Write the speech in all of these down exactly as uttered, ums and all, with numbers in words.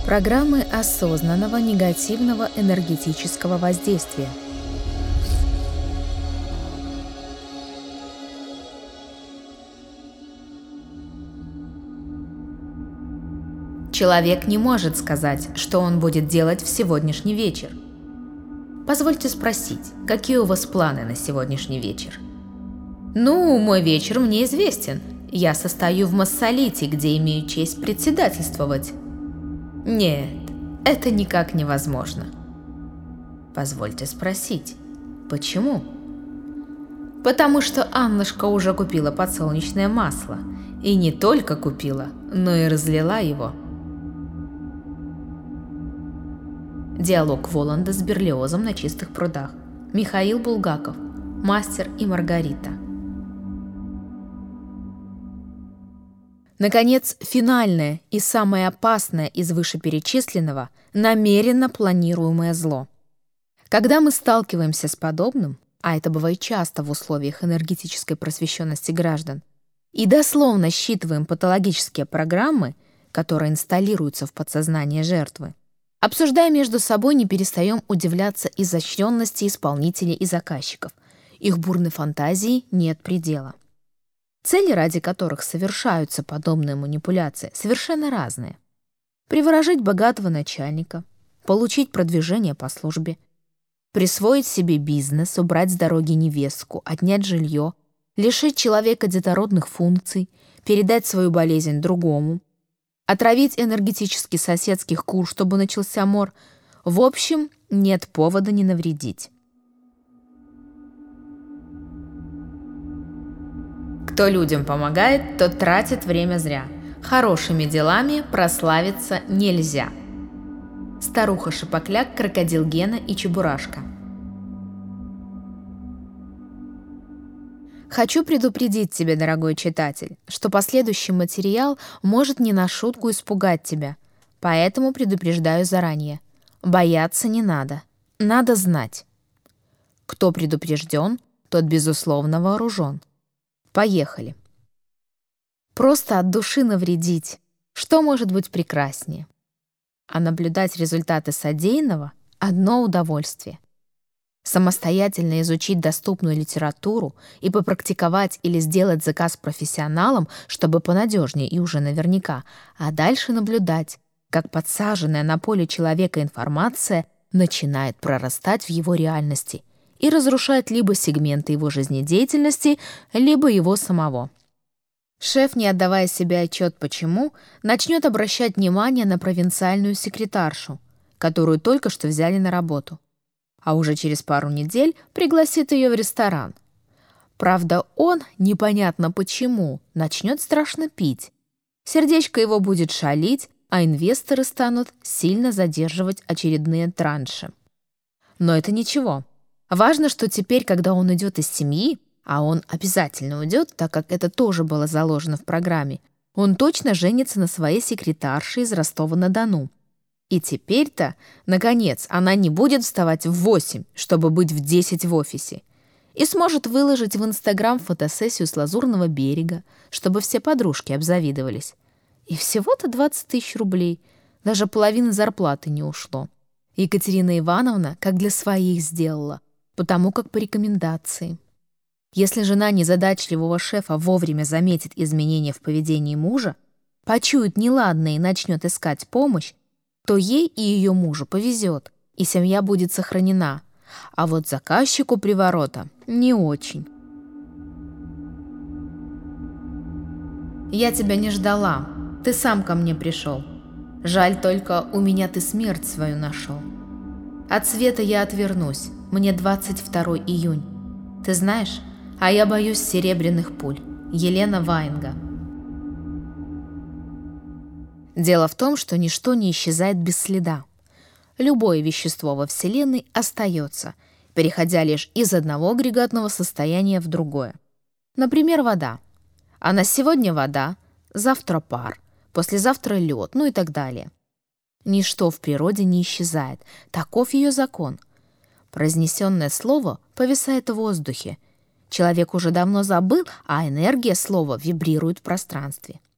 Программы осознанного негативного энергетического воздействия. Человек не может сказать, что он будет делать в сегодняшний вечер. Позвольте спросить, какие у вас планы на сегодняшний вечер? Ну, мой вечер мне известен. Я состою в Массалите, где имею честь председательствовать. Нет, это никак невозможно. Позвольте спросить, почему? Потому что Аннушка уже купила подсолнечное масло. И не только купила, но и разлила его. Диалог Воланда с Берлиозом на чистых прудах. Михаил Булгаков. Мастер и Маргарита. Наконец, финальное и самое опасное из вышеперечисленного – намеренно планируемое зло. Когда мы сталкиваемся с подобным, а это бывает часто в условиях энергетической просвещенности граждан, и дословно считываем патологические программы, которые инсталируются в подсознание жертвы, обсуждая между собой, не перестаем удивляться изощренности исполнителей и заказчиков. Их бурной фантазии нет предела. Цели, ради которых совершаются подобные манипуляции, совершенно разные. Приворожить богатого начальника, получить продвижение по службе, присвоить себе бизнес, убрать с дороги невестку, отнять жилье, лишить человека детородных функций, передать свою болезнь другому, отравить энергетически соседских кур, чтобы начался мор. В общем, нет повода не навредить. Кто людям помогает, тот тратит время зря. Хорошими делами прославиться нельзя. Старуха-шапокляк, крокодил Гена и Чебурашка. Хочу предупредить тебя, дорогой читатель, что последующий материал может не на шутку испугать тебя, поэтому предупреждаю заранее. Бояться не надо, надо знать. Кто предупрежден, тот, безусловно, вооружен. Поехали. Просто от души навредить. Что может быть прекраснее? А наблюдать результаты содеянного – одно удовольствие. Самостоятельно изучить доступную литературу и попрактиковать или сделать заказ профессионалам, чтобы понадежнее и уже наверняка, а дальше наблюдать, как подсаженная на поле человека информация начинает прорастать в его реальности и разрушать либо сегменты его жизнедеятельности, либо его самого. Шеф, не отдавая себе отчет почему, начнет обращать внимание на провинциальную секретаршу, которую только что взяли на работу, а уже через пару недель пригласит ее в ресторан. Правда, он, непонятно почему, начнет страшно пить. Сердечко его будет шалить, а инвесторы станут сильно задерживать очередные транши. Но это ничего. Важно, что теперь, когда он идет из семьи, а он обязательно уйдет, так как это тоже было заложено в программе, он точно женится на своей секретарше из Ростова-на-Дону. И теперь-то, наконец, она не будет вставать в восемь, чтобы быть в десять в офисе, и сможет выложить в Инстаграм фотосессию с Лазурного берега, чтобы все подружки обзавидовались. И всего-то двадцать тысяч рублей, даже половины зарплаты не ушло. Екатерина Ивановна как для своих сделала, потому как по рекомендации. Если жена незадачливого шефа вовремя заметит изменения в поведении мужа, почует неладное и начнет искать помощь, то ей и ее мужу повезет, и семья будет сохранена. А вот заказчику приворота не очень. Я тебя не ждала, ты сам ко мне пришел. Жаль только, у меня ты смерть свою нашел. От света я отвернусь, мне двадцать второго июня. Ты знаешь, а я боюсь серебряных пуль. Елена Ваенга. Дело в том, что ничто не исчезает без следа. Любое вещество во Вселенной остается, переходя лишь из одного агрегатного состояния в другое. Например, вода. Она сегодня вода, завтра пар, послезавтра лед, ну и так далее. Ничто в природе не исчезает, таков ее закон. Произнесенное слово повисает в воздухе. Человек уже давно забыл, а энергия слова вибрирует в пространстве.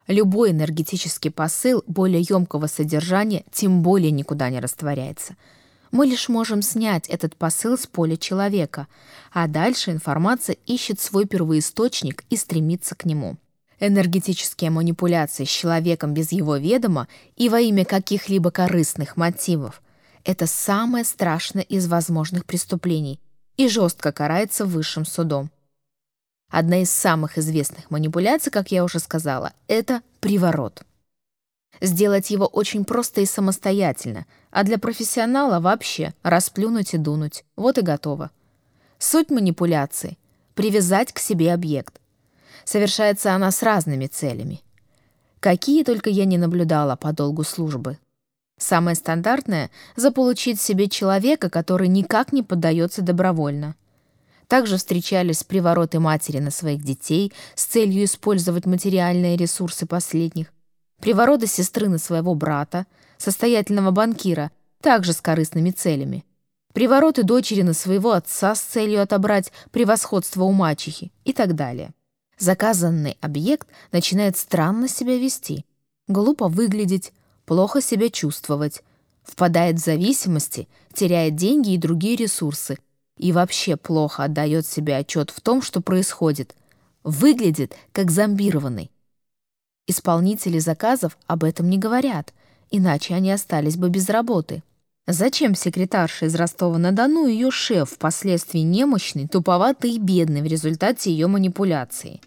Любой энергетический посыл более емкого содержания тем более никуда не растворяется. Мы лишь можем снять этот посыл с поля человека, а дальше информация ищет свой первоисточник и стремится к нему. Энергетические манипуляции с человеком без его ведома и во имя каких-либо корыстных мотивов – это самое страшное из возможных преступлений и жестко карается высшим судом. Одна из самых известных манипуляций, как я уже сказала, это приворот. Сделать его очень просто и самостоятельно, а для профессионала вообще расплюнуть и дунуть. Вот и готово. Суть манипуляции – привязать к себе объект. Совершается она с разными целями. Какие только я не наблюдала по долгу службы. Самое стандартное – заполучить себе человека, который никак не поддается добровольно. Также встречались привороты матери на своих детей с целью использовать материальные ресурсы последних, привороты сестры на своего брата, состоятельного банкира, также с корыстными целями, привороты дочери на своего отца с целью отобрать превосходство у мачехи и так далее. Заказанный объект начинает странно себя вести, глупо выглядеть, плохо себя чувствовать, впадает в зависимости, теряет деньги и другие ресурсы и вообще плохо отдает себе отчет в том, что происходит, выглядит как зомбированный. Исполнители заказов об этом не говорят, иначе они остались бы без работы. Зачем секретарша из Ростова-на-Дону ее шеф впоследствии немощный, туповатый и бедный в результате ее манипуляции?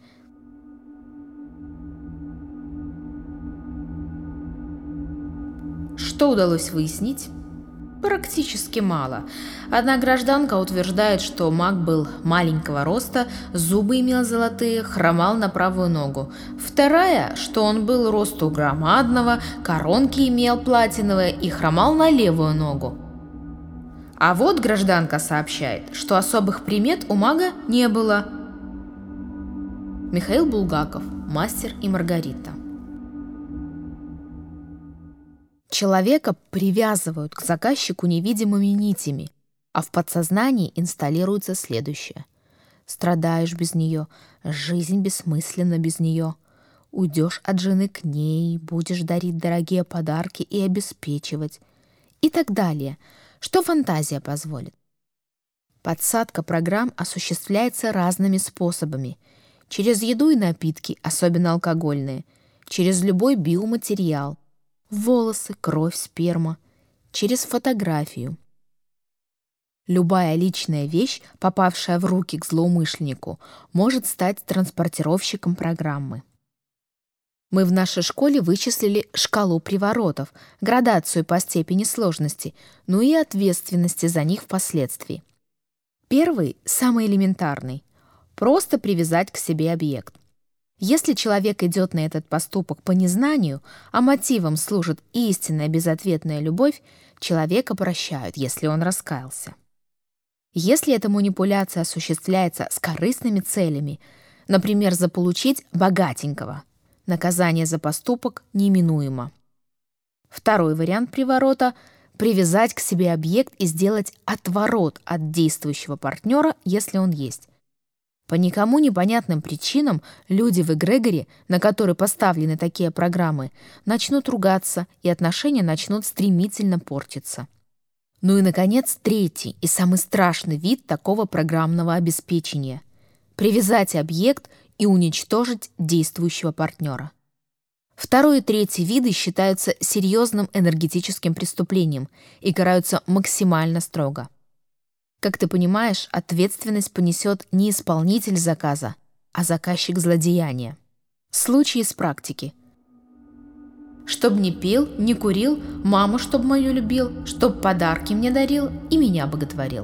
Что удалось выяснить? Практически мало. Одна гражданка утверждает, что маг был маленького роста, зубы имел золотые, хромал на правую ногу. Вторая, что он был росту громадного, коронки имел платиновые и хромал на левую ногу. А вот гражданка сообщает, что особых примет у мага не было. Михаил Булгаков, «Мастер и Маргарита». Человека привязывают к заказчику невидимыми нитями, а в подсознании инсталируется следующее. Страдаешь без нее, жизнь бессмысленна без нее. Уйдешь от жены к ней, будешь дарить дорогие подарки и обеспечивать. И так далее, что фантазия позволит. Подсадка программ осуществляется разными способами. Через еду и напитки, особенно алкогольные, через любой биоматериал, волосы, кровь, сперма, через фотографию. Любая личная вещь, попавшая в руки к злоумышленнику, может стать транспортировщиком программы. Мы в нашей школе вычислили шкалу приворотов, градацию по степени сложности, ну и ответственности за них впоследствии. Первый, самый элементарный – просто привязать к себе объект. Если человек идет на этот поступок по незнанию, а мотивом служит истинная безответная любовь, человека прощают, если он раскаялся. Если эта манипуляция осуществляется с корыстными целями, например, заполучить богатенького, наказание за поступок неминуемо. Второй вариант приворота – привязать к себе объект и сделать отворот от действующего партнера, если он есть. По никому непонятным причинам люди в эгрегоре, на которые поставлены такие программы, начнут ругаться, и отношения начнут стремительно портиться. Ну и, наконец, третий и самый страшный вид такого программного обеспечения – привязать объект и уничтожить действующего партнера. Второй и третий виды считаются серьезным энергетическим преступлением и караются максимально строго. Как ты понимаешь, ответственность понесет не исполнитель заказа, а заказчик злодеяния. Случай из практики. Чтоб не пил, не курил, маму чтоб мою любил, чтоб подарки мне дарил и меня боготворил.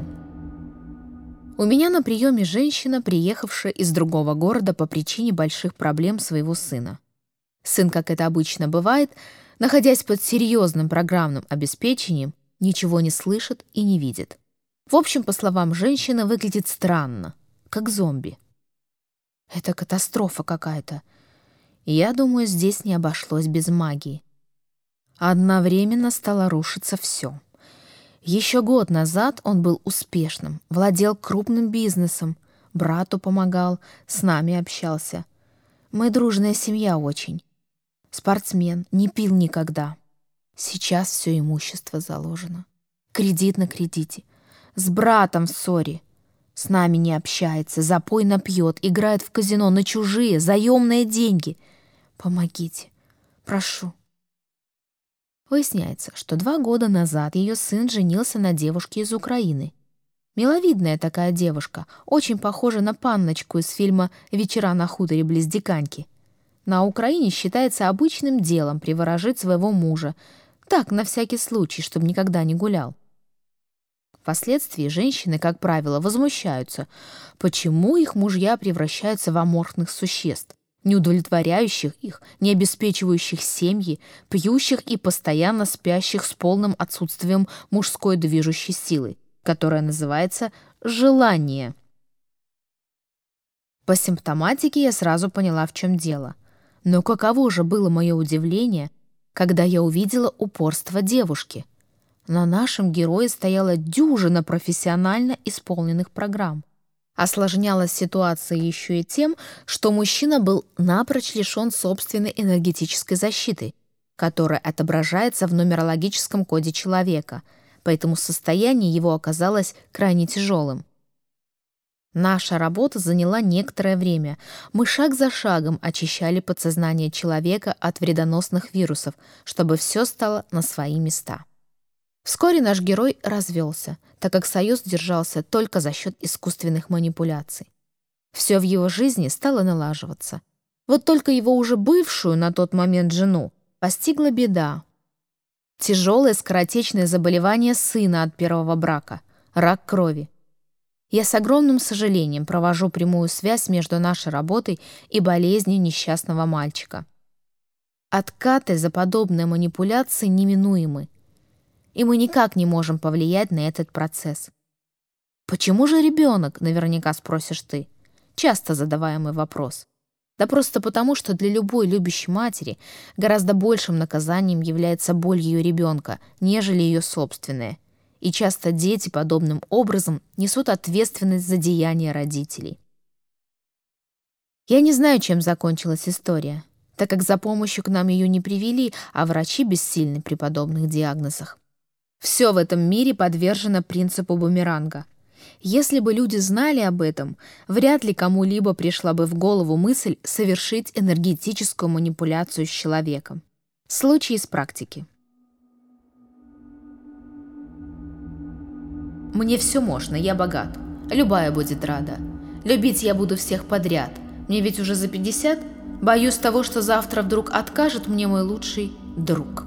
У меня на приеме женщина, приехавшая из другого города по причине больших проблем своего сына. Сын, как это обычно бывает, находясь под серьезным программным обеспечением, ничего не слышит и не видит. В общем, по словам женщины, выглядит странно, как зомби. Это катастрофа какая-то. Я думаю, здесь не обошлось без магии. Одновременно стало рушиться все. Еще год назад он был успешным, владел крупным бизнесом, брату помогал, с нами общался. Мы дружная семья очень. Спортсмен, не пил никогда. Сейчас все имущество заложено. Кредит на кредите. С братом в ссоре. С нами не общается, запойно пьет, играет в казино на чужие, заемные деньги. Помогите. Прошу. Выясняется, что два года назад ее сын женился на девушке из Украины. Миловидная такая девушка, очень похожа на панночку из фильма «Вечера на хуторе близ Диканьки». На Украине считается обычным делом приворожить своего мужа, так, на всякий случай, чтобы никогда не гулял. Впоследствии женщины, как правило, возмущаются, почему их мужья превращаются в аморфных существ, не удовлетворяющих их, не обеспечивающих семьи, пьющих и постоянно спящих с полным отсутствием мужской движущей силы, которая называется желание. По симптоматике я сразу поняла, в чем дело. Но каково же было мое удивление, когда я увидела упорство девушки. На нашем герое стояла дюжина профессионально исполненных программ. Осложнялась ситуация еще и тем, что мужчина был напрочь лишен собственной энергетической защиты, которая отображается в нумерологическом коде человека, поэтому состояние его оказалось крайне тяжелым. Наша работа заняла некоторое время. Мы шаг за шагом очищали подсознание человека от вредоносных вирусов, чтобы все стало на свои места. Вскоре наш герой развелся, так как союз держался только за счет искусственных манипуляций. Все в его жизни стало налаживаться. Вот только его уже бывшую на тот момент жену постигла беда. Тяжелое скоротечное заболевание сына от первого брака – рак крови. Я с огромным сожалением провожу прямую связь между нашей работой и болезнью несчастного мальчика. Откаты за подобные манипуляции неминуемы, и мы никак не можем повлиять на этот процесс. Почему же ребенок, наверняка спросишь ты? Часто задаваемый вопрос. Да просто потому, что для любой любящей матери гораздо большим наказанием является боль ее ребенка, нежели ее собственная. И часто дети подобным образом несут ответственность за деяния родителей. Я не знаю, чем закончилась история, так как за помощью к нам ее не привели, а врачи бессильны при подобных диагнозах. Все в этом мире подвержено принципу бумеранга. Если бы люди знали об этом, вряд ли кому-либо пришла бы в голову мысль совершить энергетическую манипуляцию с человеком. Случай из практики. Мне все можно, я богат. Любая будет рада. Любить я буду всех подряд. Мне ведь уже за пятьдесят. Боюсь того, что завтра вдруг откажет мне мой лучший друг.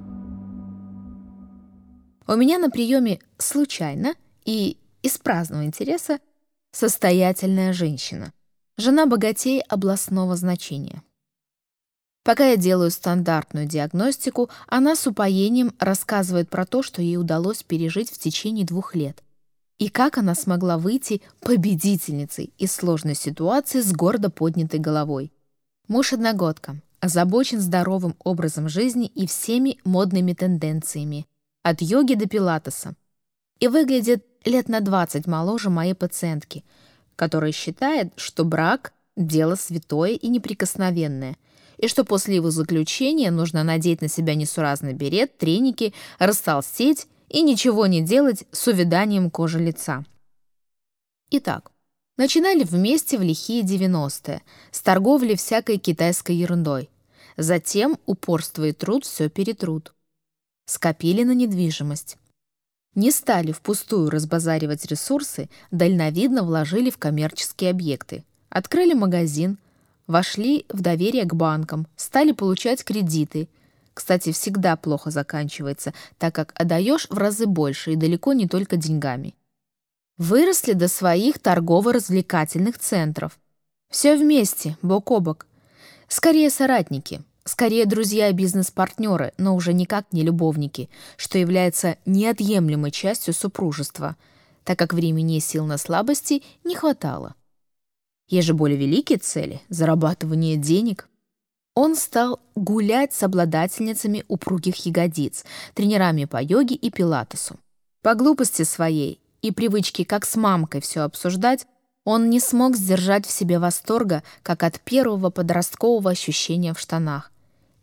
У меня на приеме случайно и из праздного интереса состоятельная женщина, жена богатея областного значения. Пока я делаю стандартную диагностику, она с упоением рассказывает про то, что ей удалось пережить в течение двух лет, и как она смогла выйти победительницей из сложной ситуации с гордо поднятой головой. Муж-одногодка, озабочен здоровым образом жизни и всеми модными тенденциями, от йоги до пилатеса, и выглядит лет на двадцать моложе моей пациентки, которая считает, что брак – дело святое и неприкосновенное, и что после его заключения нужно надеть на себя несуразный берет, треники, растолстеть и ничего не делать с увяданием кожи лица. Итак, начинали вместе в лихие девяностые с торговли всякой китайской ерундой. Затем упорство и труд все перетрут. Скопили на недвижимость. Не стали впустую разбазаривать ресурсы, дальновидно вложили в коммерческие объекты. Открыли магазин, вошли в доверие к банкам, стали получать кредиты. Кстати, всегда плохо заканчивается, так как отдаешь в разы больше и далеко не только деньгами. Выросли до своих торгово-развлекательных центров. Все вместе, бок о бок. Скорее соратники. Скорее, друзья и бизнес-партнеры, но уже никак не любовники, что является неотъемлемой частью супружества, так как времени и сил на слабости не хватало. Есть же более великие цели – зарабатывание денег. Он стал гулять с обладательницами упругих ягодиц, тренерами по йоге и пилатесу. По глупости своей и привычке как с мамкой все обсуждать, он не смог сдержать в себе восторга, как от первого подросткового ощущения в штанах.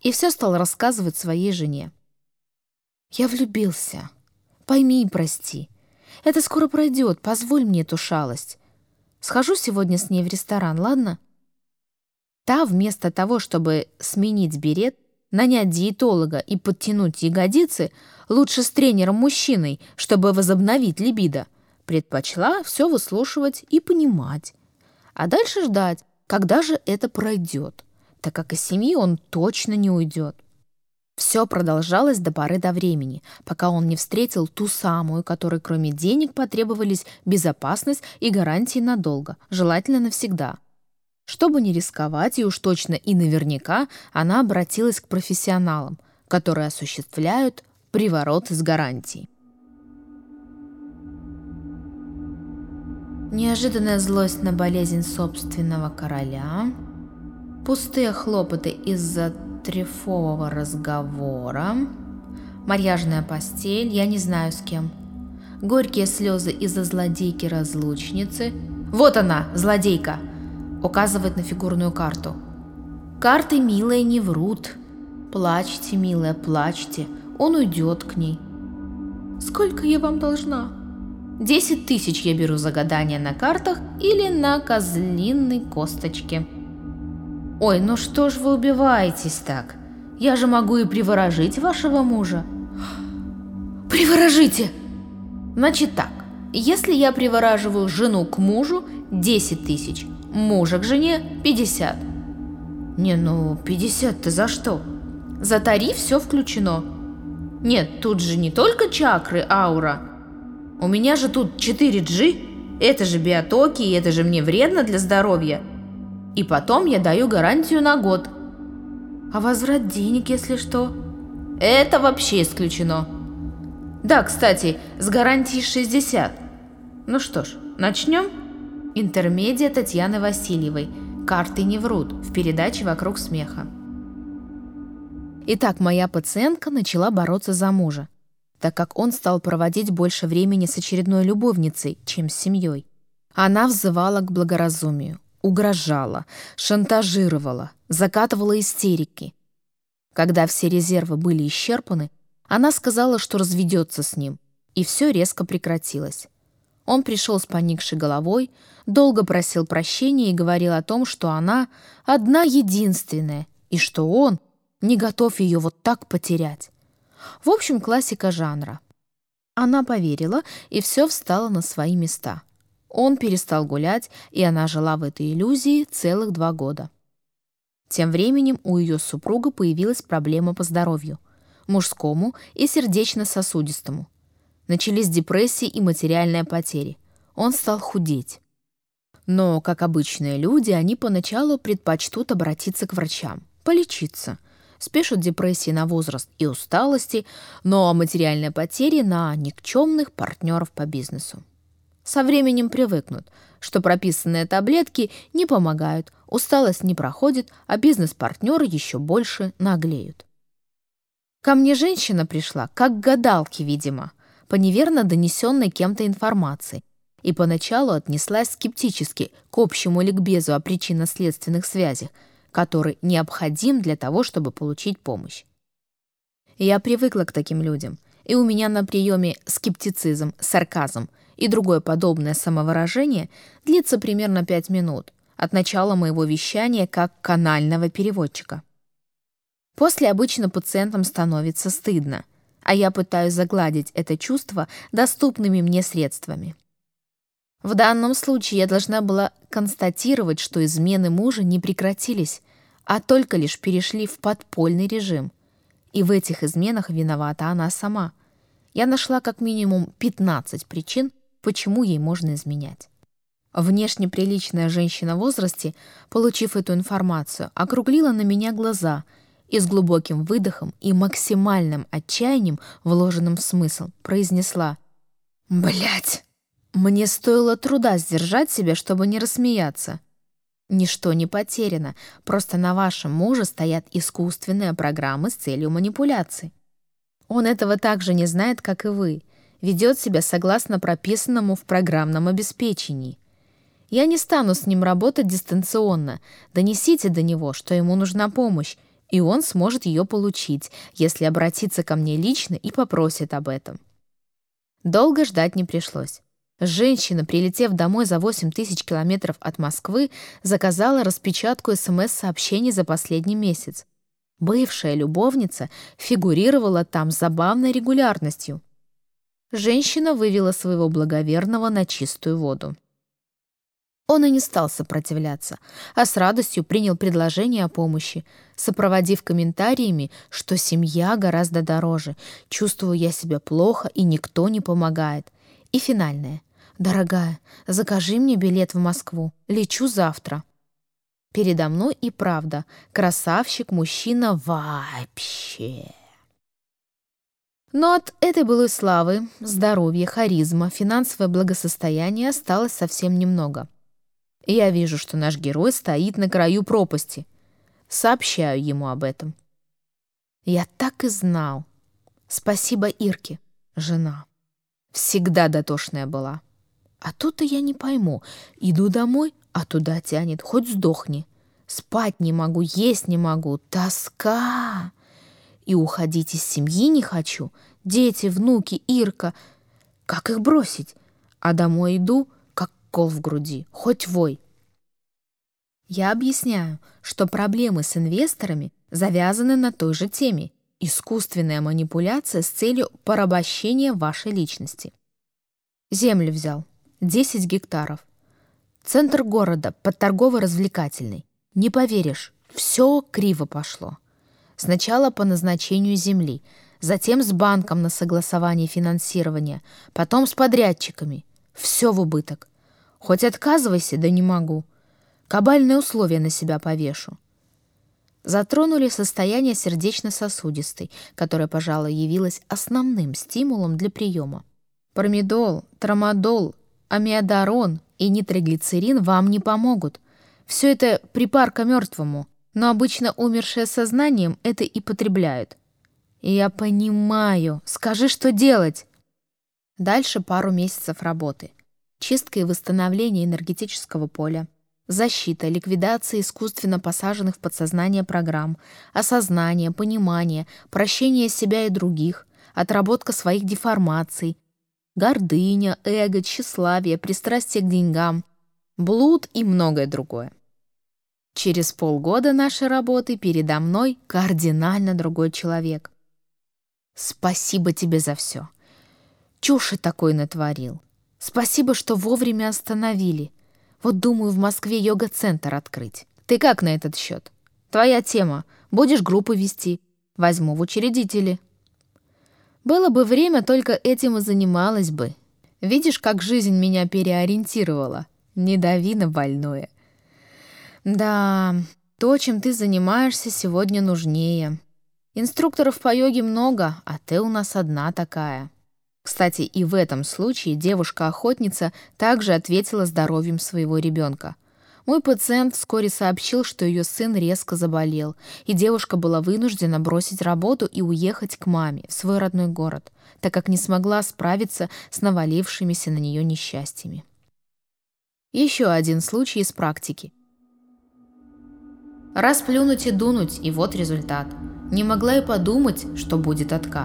и все стал рассказывать своей жене. «Я влюбился. Пойми и прости. Это скоро пройдет, позволь мне эту шалость. Схожу сегодня с ней в ресторан, ладно?» Та, вместо того, чтобы сменить берет, нанять диетолога и подтянуть ягодицы, лучше с тренером-мужчиной, чтобы возобновить либидо, предпочла все выслушивать и понимать. А дальше ждать, когда же это пройдет, так как из семьи он точно не уйдет. Все продолжалось до поры до времени, пока он не встретил ту самую, которой кроме денег потребовались безопасность и гарантии надолго, желательно навсегда. Чтобы не рисковать, и уж точно и наверняка, она обратилась к профессионалам, которые осуществляют привороты с гарантией. Неожиданная злость на болезнь собственного короля, пустые хлопоты из-за трефового разговора, марьяжная постель, я не знаю с кем, горькие слезы из-за злодейки-разлучницы. Вот она, злодейка! Указывает на фигурную карту. Карты, милые, не врут. Плачьте, милая, плачьте. Он уйдет к ней. Сколько я вам должна? Десять тысяч я беру за гадание на картах или на козлиной косточке. Ой, ну что ж вы убиваетесь так? Я же могу и приворожить вашего мужа. Приворожите! Значит так, если я привораживаю жену к мужу, десять тысяч. Мужа к жене пятьдесят. Не, ну пятьдесят-то за что? За тариф все включено. Нет, тут же не только чакры, аура. У меня же тут четыре джи. Это же биотоки, и это же мне вредно для здоровья. И потом я даю гарантию на год. А возврат денег, если что? Это вообще исключено. Да, кстати, с гарантией шестьдесят. Ну что ж, начнем? Интермедия Татьяны Васильевой. Карты не врут. В передаче «Вокруг смеха». Итак, моя пациентка начала бороться за мужа, так как он стал проводить больше времени с очередной любовницей, чем с семьей. Она взывала к благоразумию, угрожала, шантажировала, закатывала истерики. Когда все резервы были исчерпаны, она сказала, что разведется с ним, и все резко прекратилось. Он пришел с поникшей головой, долго просил прощения и говорил о том, что она одна единственная, и что он не готов ее вот так потерять. В общем, классика жанра. Она поверила, и все встало на свои места. Он перестал гулять, и она жила в этой иллюзии целых два года. Тем временем у ее супруга появилась проблема по здоровью, мужскому и сердечно-сосудистому. Начались депрессии и материальные потери. Он стал худеть. Но, как обычные люди, они поначалу предпочтут обратиться к врачам, полечиться, спишут депрессии на возраст и усталости, но материальные потери на никчемных партнеров по бизнесу. Со временем привыкнут, что прописанные таблетки не помогают, усталость не проходит, а бизнес-партнеры еще больше наглеют. Ко мне женщина пришла, как к гадалке, видимо, по неверно донесенной кем-то информации, и поначалу отнеслась скептически к общему ликбезу о причинно-следственных связях, который необходим для того, чтобы получить помощь. Я привыкла к таким людям, и у меня на приеме скептицизм, сарказм и другое подобное самовыражение длится примерно пять минут от начала моего вещания как канального переводчика. После обычно пациентам становится стыдно, а я пытаюсь загладить это чувство доступными мне средствами. В данном случае я должна была констатировать, что измены мужа не прекратились, а только лишь перешли в подпольный режим. И в этих изменах виновата она сама. Я нашла как минимум пятнадцать причин, почему ей можно изменять. Внешне приличная женщина в возрасте, получив эту информацию, округлила на меня глаза и с глубоким выдохом и максимальным отчаянием, вложенным в смысл, произнесла: «Блядь!» Мне стоило труда сдержать себя, чтобы не рассмеяться. Ничто не потеряно, просто на вашем муже стоят искусственные программы с целью манипуляции. Он этого также не знает, как и вы, ведет себя согласно прописанному в программном обеспечении. Я не стану с ним работать дистанционно. Донесите до него, что ему нужна помощь, и он сможет ее получить, если обратиться ко мне лично и попросит об этом. Долго ждать не пришлось. Женщина, прилетев домой за восемь тысяч километров от Москвы, заказала распечатку СМС-сообщений за последний месяц. Бывшая любовница фигурировала там с забавной регулярностью. Женщина вывела своего благоверного на чистую воду. Он и не стал сопротивляться, а с радостью принял предложение о помощи, сопроводив комментариями, что семья гораздо дороже, чувствую я себя плохо и никто не помогает. И финальное. «Дорогая, закажи мне билет в Москву. Лечу завтра». Передо мной и правда красавчик, мужчина вообще. Но от этой былой славы, здоровья, харизма, финансовое благосостояние осталось совсем немного. И я вижу, что наш герой стоит на краю пропасти. Сообщаю ему об этом. Я так и знал. Спасибо Ирке, жена. Всегда дотошная была. А тут-то я не пойму. Иду домой, а туда тянет. Хоть сдохни. Спать не могу, есть не могу. Тоска. И уходить из семьи не хочу. Дети, внуки, Ирка. Как их бросить? А домой иду, как кол в груди. Хоть вой. Я объясняю, что проблемы с инвесторами завязаны на той же теме. Искусственная манипуляция с целью порабощения вашей личности. Землю взял. десять гектаров. Центр города, под торгово-развлекательный. Не поверишь, все криво пошло. Сначала по назначению земли, затем с банком на согласование финансирования, потом с подрядчиками. Все в убыток. Хоть отказывайся, да не могу. Кабальные условия на себя повешу. Затронули состояние сердечно-сосудистой, которое, пожалуй, явилось основным стимулом для приема. Промедол, трамадол, амиодарон и нитроглицерин вам не помогут. Все это припарка мертвому, но обычно умершие сознанием это и потребляют. Я понимаю. Скажи, что делать? Дальше пару месяцев работы. Чистка и восстановление энергетического поля. Защита, ликвидация искусственно посаженных в подсознание программ, осознание, понимание, прощение себя и других, отработка своих деформаций, гордыня, эго, тщеславие, пристрастие к деньгам, блуд и многое другое. Через полгода нашей работы передо мной кардинально другой человек. Спасибо тебе за все. Чуши такой натворил. Спасибо, что вовремя остановили. Вот думаю в Москве йога-центр открыть. Ты как на этот счет? Твоя тема. Будешь группу вести. Возьму в учредители. Было бы время, только этим и занималась бы. Видишь, как жизнь меня переориентировала? Не дави на больное. Да, то, чем ты занимаешься, сегодня нужнее. Инструкторов по йоге много, а ты у нас одна такая. Кстати, и в этом случае девушка-охотница также ответила здоровьем своего ребенка. Мой пациент вскоре сообщил, что ее сын резко заболел, и девушка была вынуждена бросить работу и уехать к маме в свой родной город, так как не смогла справиться с навалившимися на нее несчастьями. Еще один случай из практики. Раз плюнуть и дунуть, и вот результат. Не могла и подумать, что будет откат.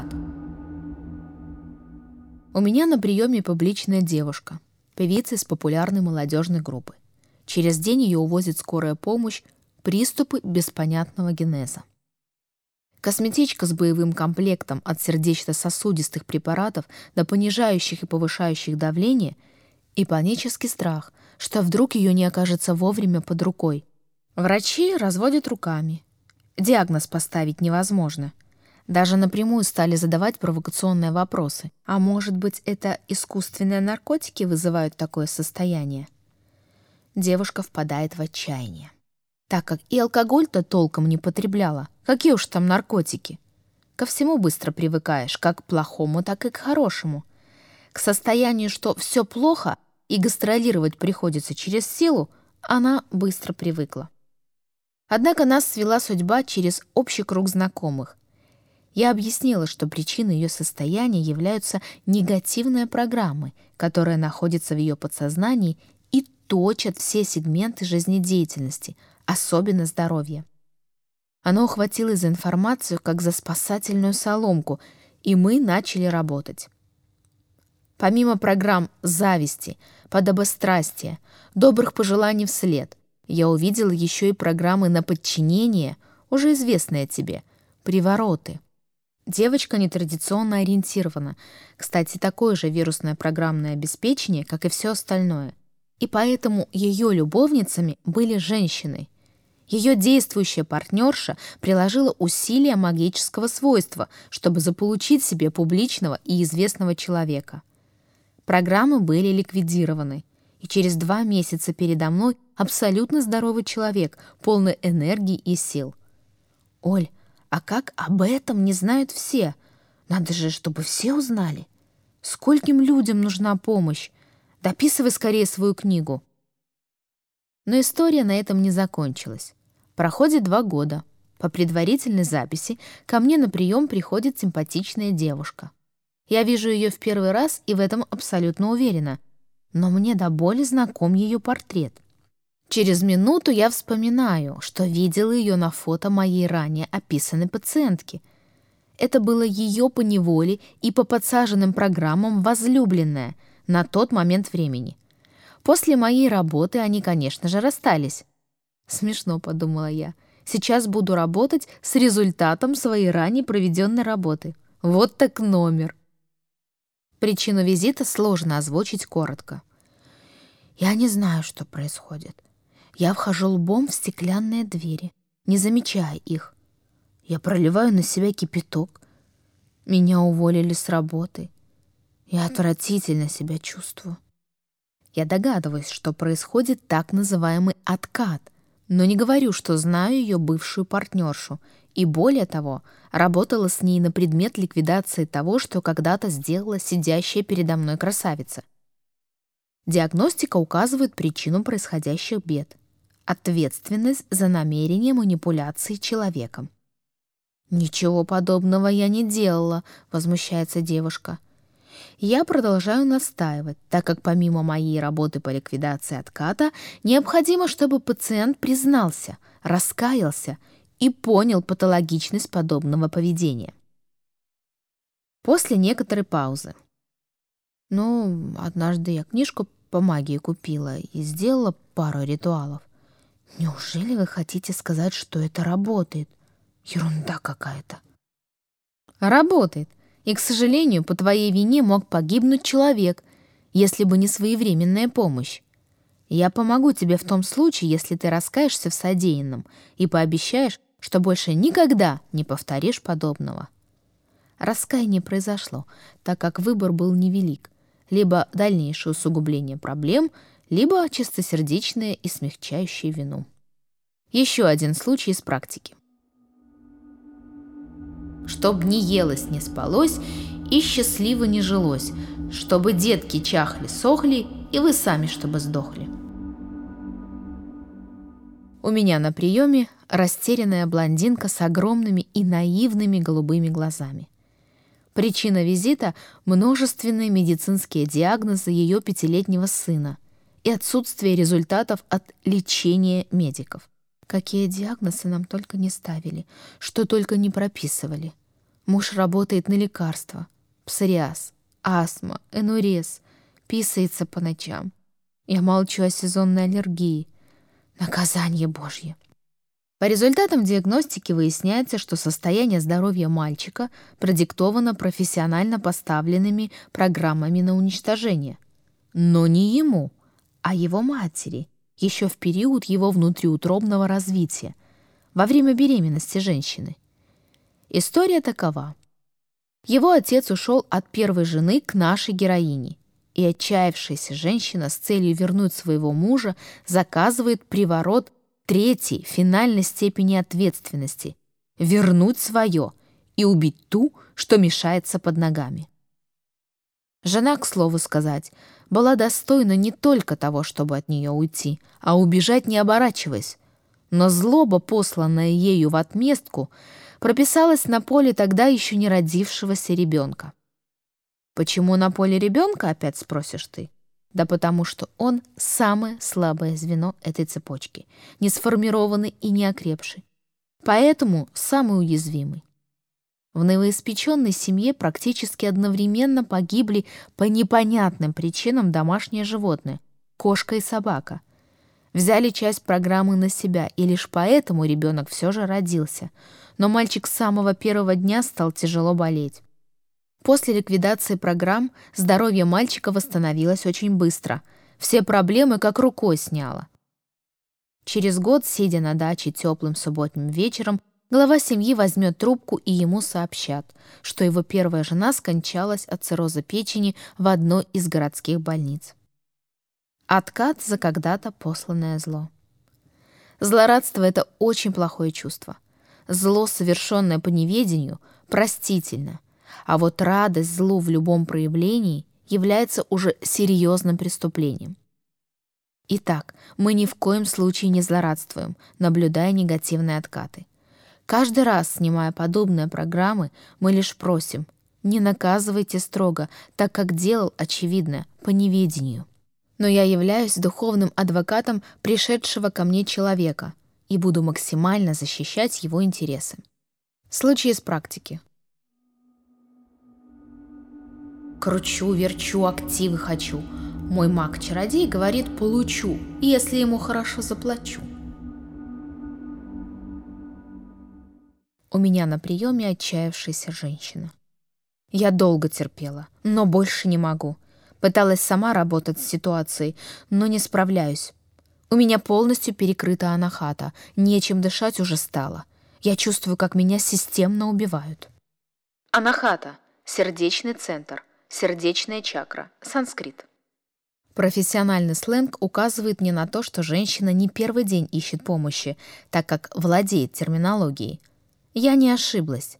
У меня на приеме публичная девушка, певица из популярной молодежной группы. Через день ее увозит скорая помощь, приступы беспонятного генеза. Косметичка с боевым комплектом от сердечно-сосудистых препаратов до понижающих и повышающих давление и панический страх, что вдруг ее не окажется вовремя под рукой. Врачи разводят руками. Диагноз поставить невозможно. Даже напрямую стали задавать провокационные вопросы. А может быть, это искусственные наркотики вызывают такое состояние? Девушка впадает в отчаяние. Так как и алкоголь-то толком не потребляла. Какие уж там наркотики? Ко всему быстро привыкаешь, как к плохому, так и к хорошему. К состоянию, что все плохо и гастролировать приходится через силу, она быстро привыкла. Однако нас свела судьба через общий круг знакомых. Я объяснила, что причиной ее состояния являются негативные программы, которые находятся в ее подсознании и точат все сегменты жизнедеятельности, особенно здоровья. Она ухватилась за информацию, как за спасательную соломку, и мы начали работать. Помимо программ зависти, подобострастия, добрых пожеланий вслед, я увидела еще и программы на подчинение, уже известные тебе, привороты. Девочка нетрадиционно ориентирована. Кстати, такое же вирусное программное обеспечение, как и все остальное. И поэтому ее любовницами были женщины. Ее действующая партнерша приложила усилия магического свойства, чтобы заполучить себе публичного и известного человека. Программы были ликвидированы, и через два месяца передо мной абсолютно здоровый человек, полный энергии и сил. Оль, а как об этом не знают все? Надо же, чтобы все узнали. Скольким людям нужна помощь? Дописывай скорее свою книгу. Но история на этом не закончилась. Проходит два года. По предварительной записи ко мне на прием приходит симпатичная девушка. Я вижу ее в первый раз и в этом абсолютно уверена. Но мне до боли знаком ее портрет. Через минуту я вспоминаю, что видела ее на фото моей ранее описанной пациентки. Это было ее поневоле и по подсаженным программам возлюбленная на тот момент времени. После моей работы они, конечно же, расстались. Смешно, подумала я. Сейчас буду работать с результатом своей ранее проведенной работы. Вот так номер. Причину визита сложно озвучить коротко. Я не знаю, что происходит. Я вхожу лбом в стеклянные двери, не замечая их. Я проливаю на себя кипяток. Меня уволили с работы. Я отвратительно себя чувствую. Я догадываюсь, что происходит так называемый откат, но не говорю, что знаю ее бывшую партнершу, и более того, работала с ней на предмет ликвидации того, что когда-то сделала сидящая передо мной красавица. Диагностика указывает причину происходящих бед — ответственность за намерение манипуляции человеком. «Ничего подобного я не делала», — возмущается девушка. Я продолжаю настаивать, так как помимо моей работы по ликвидации отката, необходимо, чтобы пациент признался, раскаялся и понял патологичность подобного поведения. После некоторой паузы. Ну, однажды я книжку по магии купила и сделала пару ритуалов. Неужели вы хотите сказать, что это работает? Ерунда какая-то. Работает. И, к сожалению, по твоей вине мог погибнуть человек, если бы не своевременная помощь. Я помогу тебе в том случае, если ты раскаешься в содеянном и пообещаешь, что больше никогда не повторишь подобного. Раскаяние произошло, так как выбор был невелик. Либо дальнейшее усугубление проблем, либо чистосердечное и смягчающее вину. Еще один случай из практики. Чтоб не елось, не спалось и счастливо не жилось, чтобы детки чахли-сохли и вы сами чтобы сдохли. У меня на приеме растерянная блондинка с огромными и наивными голубыми глазами. Причина визита — множественные медицинские диагнозы ее пятилетнего сына и отсутствие результатов от лечения медиков. Какие диагнозы нам только не ставили, что только не прописывали. Муж работает на лекарства, псориаз, астма, энурез, писается по ночам. Я молчу о сезонной аллергии. Наказание Божье. По результатам диагностики выясняется, что состояние здоровья мальчика продиктовано профессионально поставленными программами на уничтожение. Но не ему, а его матери, еще в период его внутриутробного развития, во время беременности женщины. История такова. Его отец ушел от первой жены к нашей героине, и отчаявшаяся женщина с целью вернуть своего мужа заказывает приворот третьей, финальной степени ответственности — вернуть свое и убить ту, что мешается под ногами. Жена, к слову сказать, была достойна не только того, чтобы от нее уйти, а убежать не оборачиваясь. Но злоба, посланная ею в отместку, прописалась на поле тогда еще не родившегося ребенка. Почему на поле ребенка, опять спросишь ты? Да потому что он самое слабое звено этой цепочки, не сформированный и не окрепший. поэтому самый уязвимый. В новоиспеченной семье практически одновременно погибли по непонятным причинам домашние животные – кошка и собака. Взяли часть программы на себя, и лишь поэтому ребенок все же родился. Но мальчик с самого первого дня стал тяжело болеть. После ликвидации программ здоровье мальчика восстановилось очень быстро. Все проблемы как рукой сняло. Через год, сидя на даче теплым субботним вечером, глава семьи возьмет трубку, и ему сообщат, что его первая жена скончалась от цирроза печени в одной из городских больниц. Откат за когда-то посланное зло. Злорадство — это очень плохое чувство. Зло, совершенное по неведению, простительно, а вот радость злу в любом проявлении является уже серьезным преступлением. Итак, мы ни в коем случае не злорадствуем, наблюдая негативные откаты. Каждый раз, снимая подобные программы, мы лишь просим: не наказывайте строго, так как делал очевидное по неведению. Но я являюсь духовным адвокатом пришедшего ко мне человека и буду максимально защищать его интересы. Случай из практики. Кручу, верчу, активы хочу. Мой маг-чародей говорит: получу, если ему хорошо заплачу. У меня на приеме отчаявшаяся женщина. Я долго терпела, но больше не могу. Пыталась сама работать с ситуацией, но не справляюсь. У меня полностью перекрыта анахата, нечем дышать уже стало. Я чувствую, как меня системно убивают. Анахата – сердечный центр, сердечная чакра, санскрит. Профессиональный сленг указывает мне на то, что женщина не первый день ищет помощи, так как владеет терминологией. Я не ошиблась.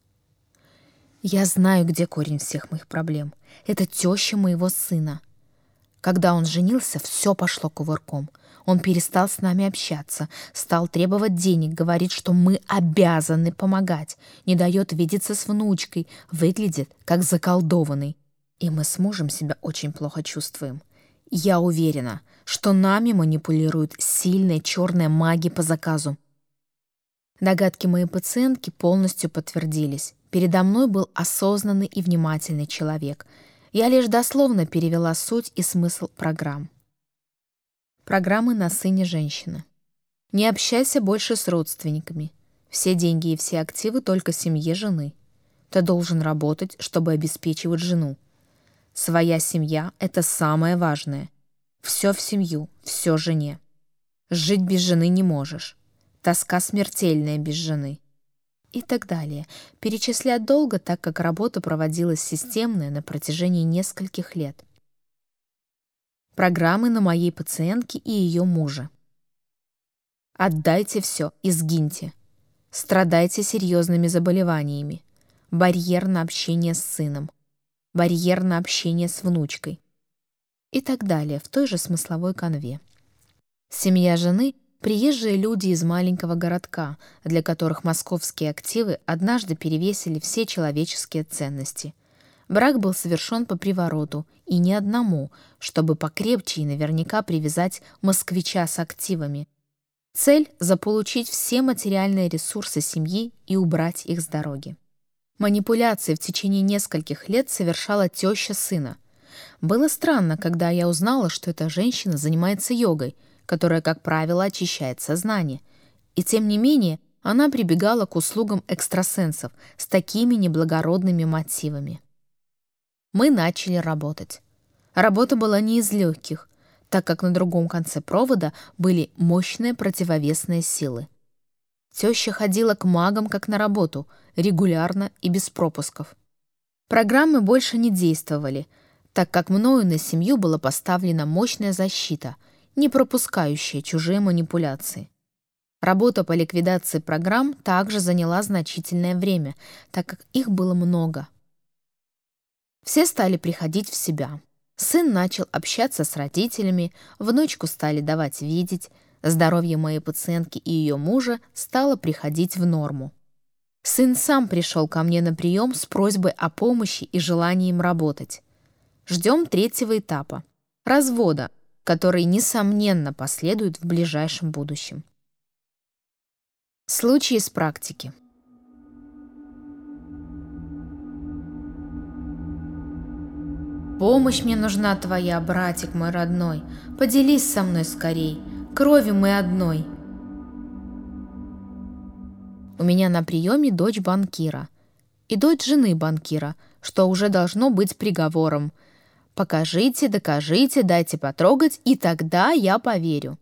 Я знаю, где корень всех моих проблем. Это теща моего сына. Когда он женился, все пошло кувырком. Он перестал с нами общаться, стал требовать денег, говорит, что мы обязаны помогать, не дает видеться с внучкой, выглядит как заколдованный. И мы с мужем себя очень плохо чувствуем. Я уверена, что нами манипулируют сильные черные маги по заказу. Догадки моей пациентки полностью подтвердились. Передо мной был осознанный и внимательный человек. Я лишь дословно перевела суть и смысл программ. Программы на сыне женщины. Не общайся больше с родственниками. Все деньги и все активы только семье жены. Ты должен работать, чтобы обеспечивать жену. Своя семья — это самое важное. Все в семью, все жене. Жить без жены не можешь. Тоска смертельная без жены. И так далее. Перечислять долго, так как работа проводилась системная на протяжении нескольких лет. Программы на моей пациентке и ее муже. Отдайте все и сгиньте. Страдайте серьезными заболеваниями. Барьер на общение с сыном. Барьер на общение с внучкой. И так далее в той же смысловой канве. Семья жены — приезжие люди из маленького городка, для которых московские активы однажды перевесили все человеческие ценности. Брак был совершен по привороту, и не одному, чтобы покрепче и наверняка привязать москвича с активами. Цель — заполучить все материальные ресурсы семьи и убрать их с дороги. Манипуляции в течение нескольких лет совершала теща сына. Было странно, когда я узнала, что эта женщина занимается йогой, которая, как правило, очищает сознание. И тем не менее, она прибегала к услугам экстрасенсов с такими неблагородными мотивами. Мы начали работать. Работа была не из легких, так как на другом конце провода были мощные противовесные силы. Теща ходила к магам как на работу, регулярно и без пропусков. Программы больше не действовали, так как мною на семью была поставлена мощная защита, не пропускающая чужие манипуляции. Работа по ликвидации программ также заняла значительное время, так как их было много. Все стали приходить в себя. Сын начал общаться с родителями, внучку стали давать видеть, здоровье моей пациентки и ее мужа стало приходить в норму. Сын сам пришел ко мне на прием с просьбой о помощи и желанием работать. Ждем третьего этапа – развода, который, несомненно, последует в ближайшем будущем. Случай из практики. Помощь мне нужна твоя, братик мой родной. Поделись со мной скорей, крови мы одной. У меня на приеме дочь банкира и дочь жены банкира, что уже должно быть приговором. Покажите, докажите, дайте потрогать, и тогда я поверю.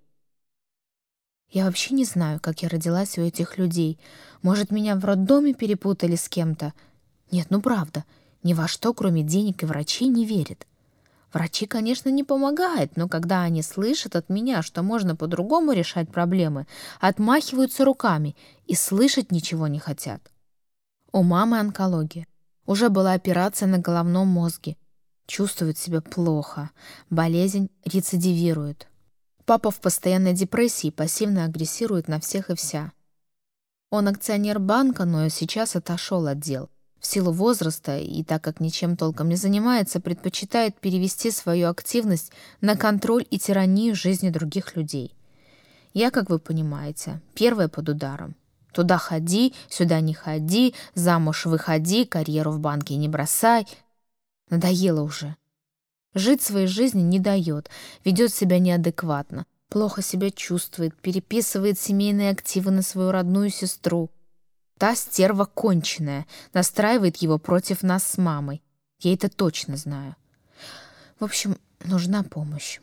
Я вообще не знаю, как я родилась у этих людей. Может, меня в роддоме перепутали с кем-то? Нет, ну правда, ни во что, кроме денег и врачей, не верят. Врачи, конечно, не помогают, но когда они слышат от меня, что можно по-другому решать проблемы, отмахиваются руками и слышать ничего не хотят. У мамы онкология. Уже была операция на головном мозге. Чувствует себя плохо. Болезнь рецидивирует. Папа в постоянной депрессии пассивно агрессирует на всех и вся. Он акционер банка, но сейчас отошел от дел. В силу возраста и так как ничем толком не занимается, предпочитает перевести свою активность на контроль и тиранию жизни других людей. Я, как вы понимаете, первая под ударом. Туда ходи, сюда не ходи, замуж выходи, карьеру в банке не бросай. Надоело уже. Жить своей жизнью не дает, ведет себя неадекватно, плохо себя чувствует, переписывает семейные активы на свою родную сестру. Та стерва конченая, настраивает его против нас с мамой. Я это точно знаю. В общем, нужна помощь.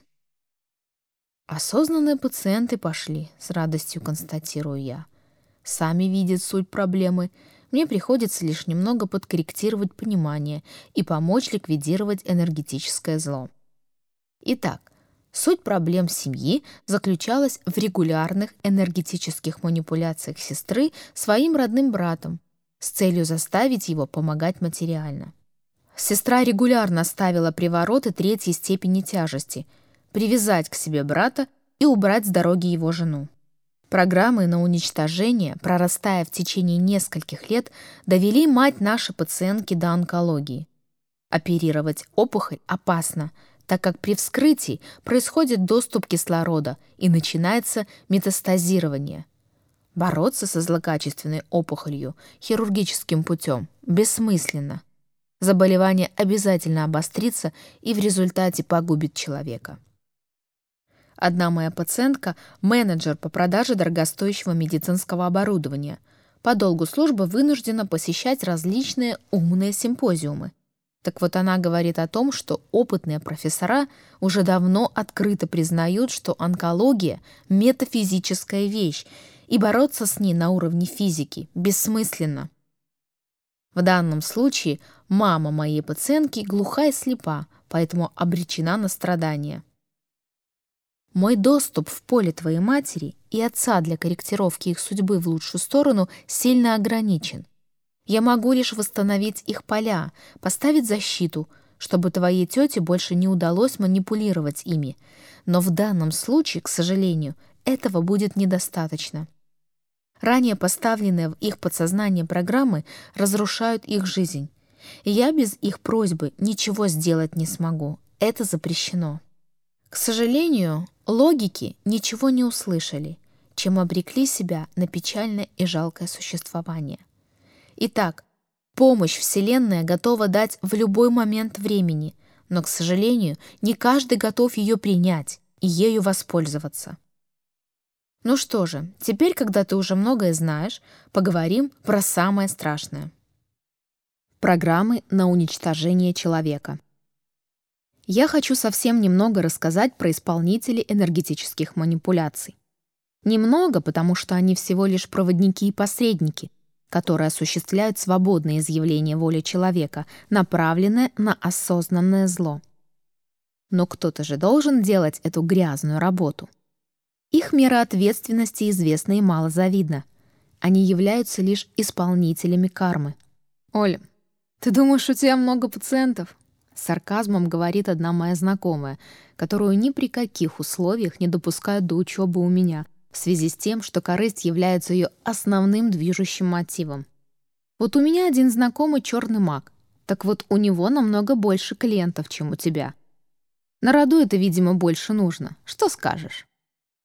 Осознанные пациенты пошли, с радостью констатирую я. Сами видят суть проблемы. Мне приходится лишь немного подкорректировать понимание и помочь ликвидировать энергетическое зло. Итак, суть проблем семьи заключалась в регулярных энергетических манипуляциях сестры своим родным братом с целью заставить его помогать материально. Сестра регулярно ставила привороты третьей степени тяжести, привязать к себе брата и убрать с дороги его жену. Программы на уничтожение, прорастая в течение нескольких лет, довели мать нашей пациентки до онкологии. Оперировать опухоль опасно, так как при вскрытии происходит доступ кислорода и начинается метастазирование. Бороться со злокачественной опухолью хирургическим путем бессмысленно. Заболевание обязательно обострится и в результате погубит человека. Одна моя пациентка – менеджер по продаже дорогостоящего медицинского оборудования. По долгу службы вынуждена посещать различные умные симпозиумы. Так вот, она говорит о том, что опытные профессора уже давно открыто признают, что онкология – метафизическая вещь, и бороться с ней на уровне физики бессмысленно. В данном случае мама моей пациентки глуха и слепа, поэтому обречена на страдания. Мой доступ в поле твоей матери и отца для корректировки их судьбы в лучшую сторону сильно ограничен. Я могу лишь восстановить их поля, поставить защиту, чтобы твоей тете больше не удалось манипулировать ими. Но в данном случае, к сожалению, этого будет недостаточно. Ранее поставленные в их подсознание программы разрушают их жизнь. И я без их просьбы ничего сделать не смогу. Это запрещено. К сожалению, логики ничего не услышали, чем обрекли себя на печальное и жалкое существование. Итак, помощь Вселенная готова дать в любой момент времени, но, к сожалению, не каждый готов ее принять и ею воспользоваться. Ну что же, теперь, когда ты уже многое знаешь, поговорим про самое страшное. Программы на уничтожение человека. Я хочу совсем немного рассказать про исполнителей энергетических манипуляций. Немного, потому что они всего лишь проводники и посредники, которые осуществляют свободное изъявление воли человека, направленное на осознанное зло. Но кто-то же должен делать эту грязную работу. Их мера ответственности известна и малозавидна. Они являются лишь исполнителями кармы. «Оля, ты думаешь, у тебя много пациентов?» С сарказмом говорит одна моя знакомая, которую ни при каких условиях не допускают до учебы у меня, в связи с тем, что корысть является ее основным движущим мотивом. Вот у меня один знакомый черный маг, так вот у него намного больше клиентов, чем у тебя. На роду это, видимо, больше нужно. Что скажешь?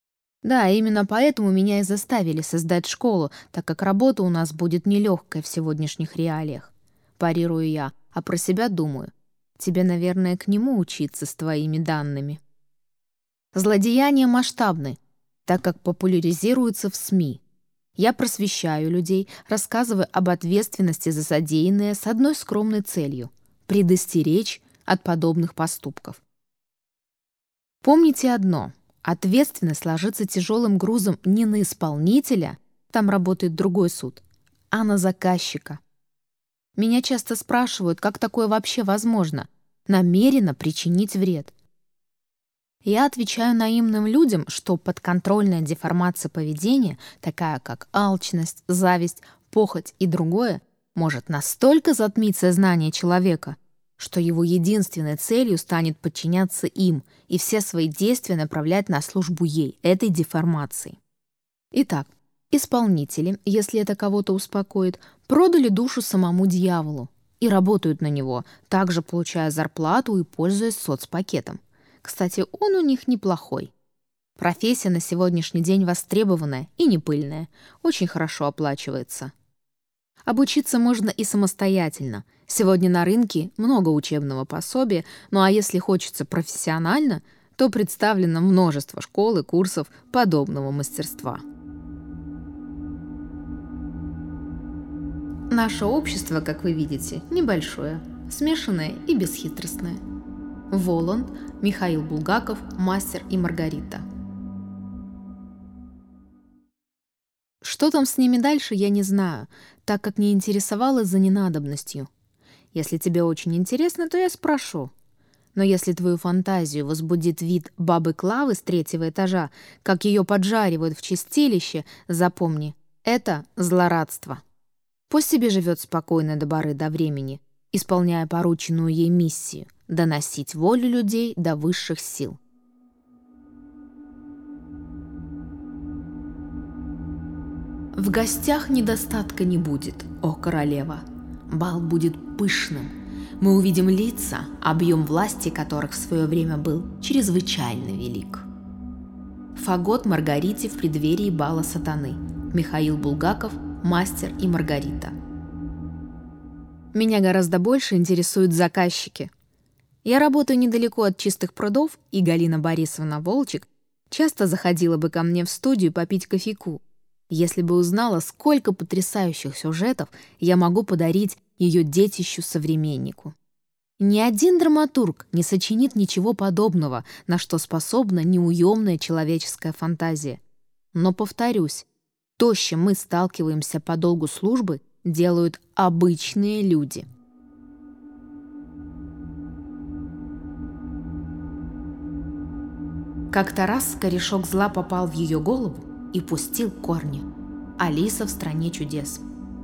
Да, именно поэтому меня и заставили создать школу, так как работа у нас будет нелегкая в сегодняшних реалиях. Парирую я, а про себя думаю. Тебе, наверное, к нему учиться с твоими данными. Злодеяния масштабны, так как популяризируются в СМИ. Я просвещаю людей, рассказываю об ответственности за содеянное с одной скромной целью — предостеречь от подобных поступков. Помните одно: ответственность ложится тяжелым грузом не на исполнителя, там работает другой суд, а на заказчика. Меня часто спрашивают, как такое вообще возможно — намеренно причинить вред. Я отвечаю наивным людям, что подконтрольная деформация поведения, такая как алчность, зависть, похоть и другое, может настолько затмить сознание человека, что его единственной целью станет подчиняться им и все свои действия направлять на службу ей, этой деформации. Итак, исполнители, если это кого-то успокоит, продали душу самому дьяволу и работают на него, также получая зарплату и пользуясь соцпакетом. Кстати, он у них неплохой. Профессия на сегодняшний день востребованная и не пыльная, очень хорошо оплачивается. Обучиться можно и самостоятельно. Сегодня на рынке много учебного пособия, ну а если хочется профессионально, то представлено множество школ и курсов подобного мастерства. Наше общество, как вы видите, небольшое, смешанное и бесхитростное. Воланд, Михаил Булгаков, «Мастер и Маргарита». Что там с ними дальше, я не знаю, так как не интересовалась за ненадобностью. Если тебе очень интересно, то я спрошу. Но если твою фантазию возбудит вид бабы Клавы с третьего этажа, как ее поджаривают в чистилище, запомни, это злорадство. Пусть себе живет спокойно до поры до времени, исполняя порученную ей миссию — доносить волю людей до высших сил. В гостях недостатка не будет, о королева. Бал будет пышным. Мы увидим лица, объем власти которых в свое время был чрезвычайно велик. Фагот Маргарите в преддверии бала сатаны. Михаил Булгаков, «Мастер и Маргарита». Меня гораздо больше интересуют заказчики. Я работаю недалеко от Чистых прудов, и Галина Борисовна Волчек часто заходила бы ко мне в студию попить кофейку, если бы узнала, сколько потрясающих сюжетов я могу подарить ее детищу-современнику. Ни один драматург не сочинит ничего подобного, на что способна неуемная человеческая фантазия. Но, повторюсь, то, с чем мы сталкиваемся по долгу службы, делают обычные люди. Как-то раз корешок зла попал в ее голову и пустил корни. Алиса в стране чудес.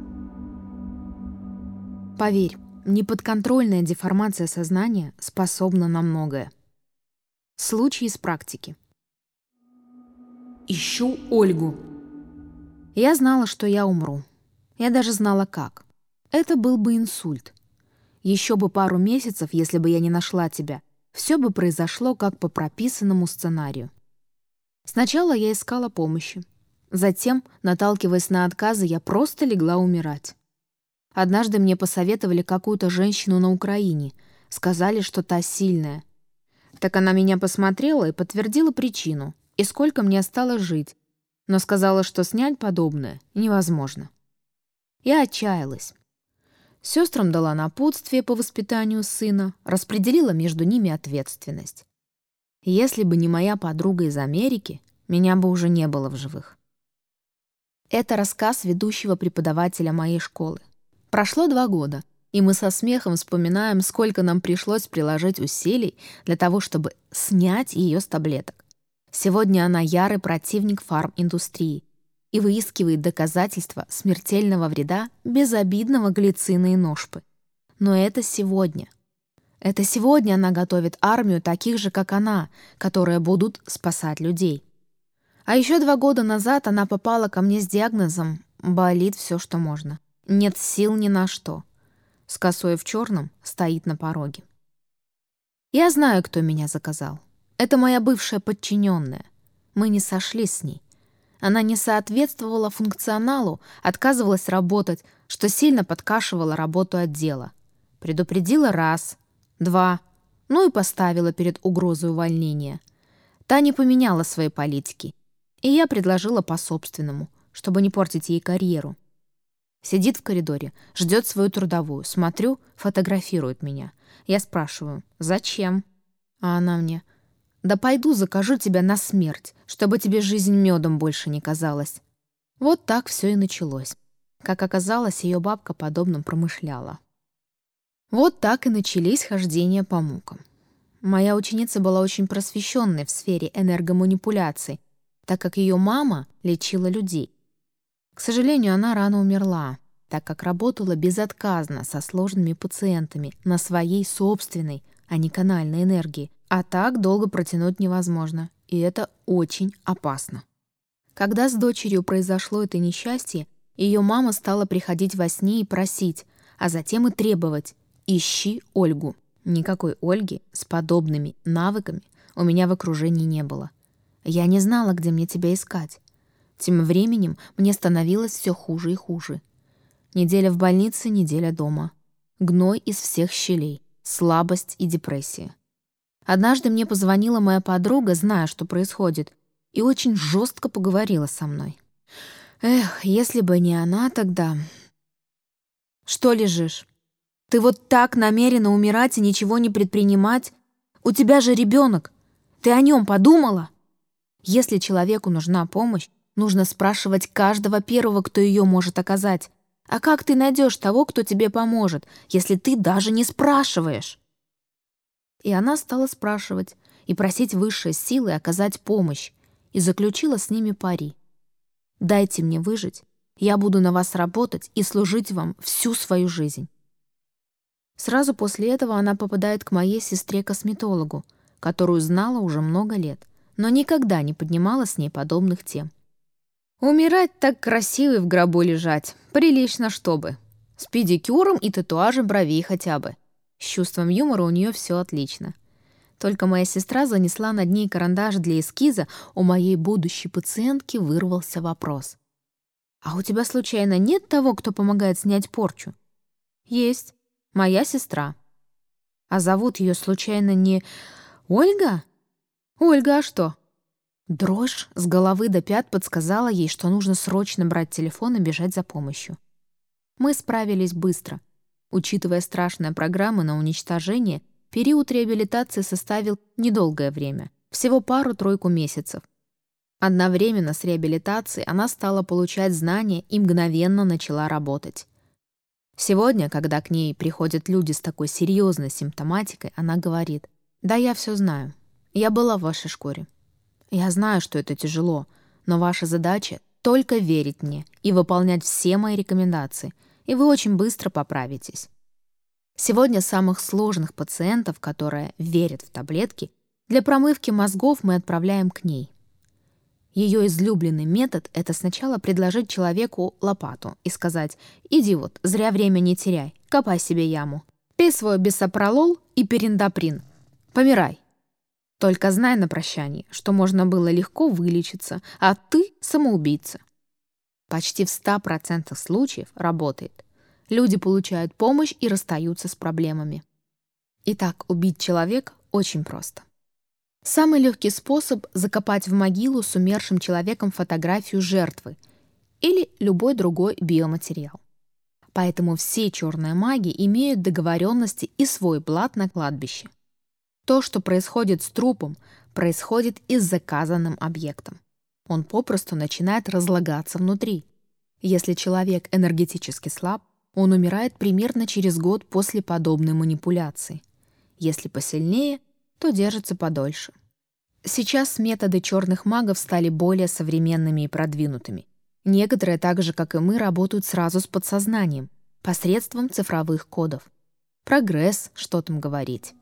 Поверь, неподконтрольная деформация сознания способна на многое. Случай из практики. Ищу Ольгу. Я знала, что я умру. Я даже знала, как. Это был бы инсульт. Еще бы пару месяцев, если бы я не нашла тебя, все бы произошло как по прописанному сценарию. Сначала я искала помощи. Затем, наталкиваясь на отказы, я просто легла умирать. Однажды мне посоветовали какую-то женщину на Украине. Сказали, что та сильная. Так она меня посмотрела и подтвердила причину, и сколько мне осталось жить, но сказала, что снять подобное невозможно. Я отчаялась. Сестрам дала напутствие по воспитанию сына, распределила между ними ответственность. Если бы не моя подруга из Америки, меня бы уже не было в живых. Это рассказ ведущего преподавателя моей школы. Прошло два года, и мы со смехом вспоминаем, сколько нам пришлось приложить усилий для того, чтобы снять ее с таблеток. Сегодня она ярый противник фарм-индустрии и выискивает доказательства смертельного вреда безобидного глицина и ношпы. Но это сегодня. Это сегодня она готовит армию таких же, как она, которые будут спасать людей. А еще два года назад она попала ко мне с диагнозом «болит все, что можно. Нет сил ни на что». С косой в черном стоит на пороге. Я знаю, кто меня заказал. Это моя бывшая подчиненная. Мы не сошлись с ней. Она не соответствовала функционалу, отказывалась работать, что сильно подкашивало работу отдела. Предупредила раз, два, ну и поставила перед угрозой увольнения. Та не поменяла своей политики, и я предложила по-собственному, чтобы не портить ей карьеру. Сидит в коридоре, ждет свою трудовую. Смотрю, фотографирует меня. Я спрашиваю, зачем? А она мне, да пойду закажу тебя на смерть, чтобы тебе жизнь медом больше не казалась. Вот так все и началось. Как оказалось, ее бабка подобным промышляла. Вот так и начались хождения по мукам. Моя ученица была очень просвещенной в сфере энергоманипуляций, так как ее мама лечила людей. К сожалению, она рано умерла, так как работала безотказно со сложными пациентами на своей собственной, а не канальной энергии, а так долго протянуть невозможно, и это очень опасно. Когда с дочерью произошло это несчастье, ее мама стала приходить во сне и просить, а затем и требовать: «Ищи Ольгу». Никакой Ольги с подобными навыками у меня в окружении не было. Я не знала, где мне тебя искать. Тем временем мне становилось все хуже и хуже. Неделя в больнице, неделя дома. Гной из всех щелей, слабость и депрессия. Однажды мне позвонила моя подруга, зная, что происходит, и очень жестко поговорила со мной. Эх, если бы не она тогда... Что лежишь? Ты вот так намерена умирать и ничего не предпринимать? У тебя же ребенок. Ты о нем подумала? Если человеку нужна помощь, нужно спрашивать каждого первого, кто ее может оказать. А как ты найдешь того, кто тебе поможет, если ты даже не спрашиваешь? И она стала спрашивать и просить высшие силы оказать помощь, и заключила с ними пари. «Дайте мне выжить, я буду на вас работать и служить вам всю свою жизнь». Сразу после этого она попадает к моей сестре-косметологу, которую знала уже много лет, но никогда не поднимала с ней подобных тем. Умирать так красиво и в гробу лежать, прилично чтобы. С педикюром и татуажем бровей хотя бы. С чувством юмора у нее все отлично. Только моя сестра занесла над ней карандаш для эскиза, у моей будущей пациентки вырвался вопрос. «А у тебя случайно нет того, кто помогает снять порчу?» «Есть. Моя сестра». «А зовут ее случайно не Ольга?» «Ольга, а что?» Дрожь с головы до пят подсказала ей, что нужно срочно брать телефон и бежать за помощью. Мы справились быстро. Учитывая страшные программы на уничтожение, период реабилитации составил недолгое время, всего пару-тройку месяцев. Одновременно с реабилитацией она стала получать знания и мгновенно начала работать. Сегодня, когда к ней приходят люди с такой серьезной симптоматикой, она говорит: «Да, я все знаю. Я была в вашей шкуре. Я знаю, что это тяжело, но ваша задача — только верить мне и выполнять все мои рекомендации, и вы очень быстро поправитесь». Сегодня самых сложных пациентов, которые верят в таблетки, для промывки мозгов мы отправляем к ней. Ее излюбленный метод — это сначала предложить человеку лопату и сказать: «Иди вот, зря время не теряй, копай себе яму, пей свой бисопролол и периндоприн, помирай. Только знай на прощании, что можно было легко вылечиться, а ты самоубийца». Почти в ста процентах случаев работает. Люди получают помощь и расстаются с проблемами. Итак, убить человека очень просто. Самый легкий способ — закопать в могилу с умершим человеком фотографию жертвы или любой другой биоматериал. Поэтому все черные маги имеют договоренности и свой блат на кладбище. То, что происходит с трупом, происходит и с заказанным объектом. Он попросту начинает разлагаться внутри. Если человек энергетически слаб, он умирает примерно через год после подобной манипуляции. Если посильнее, то держится подольше. Сейчас методы черных магов стали более современными и продвинутыми. Некоторые, так же как и мы, работают сразу с подсознанием, посредством цифровых кодов. Прогресс, что там говорить.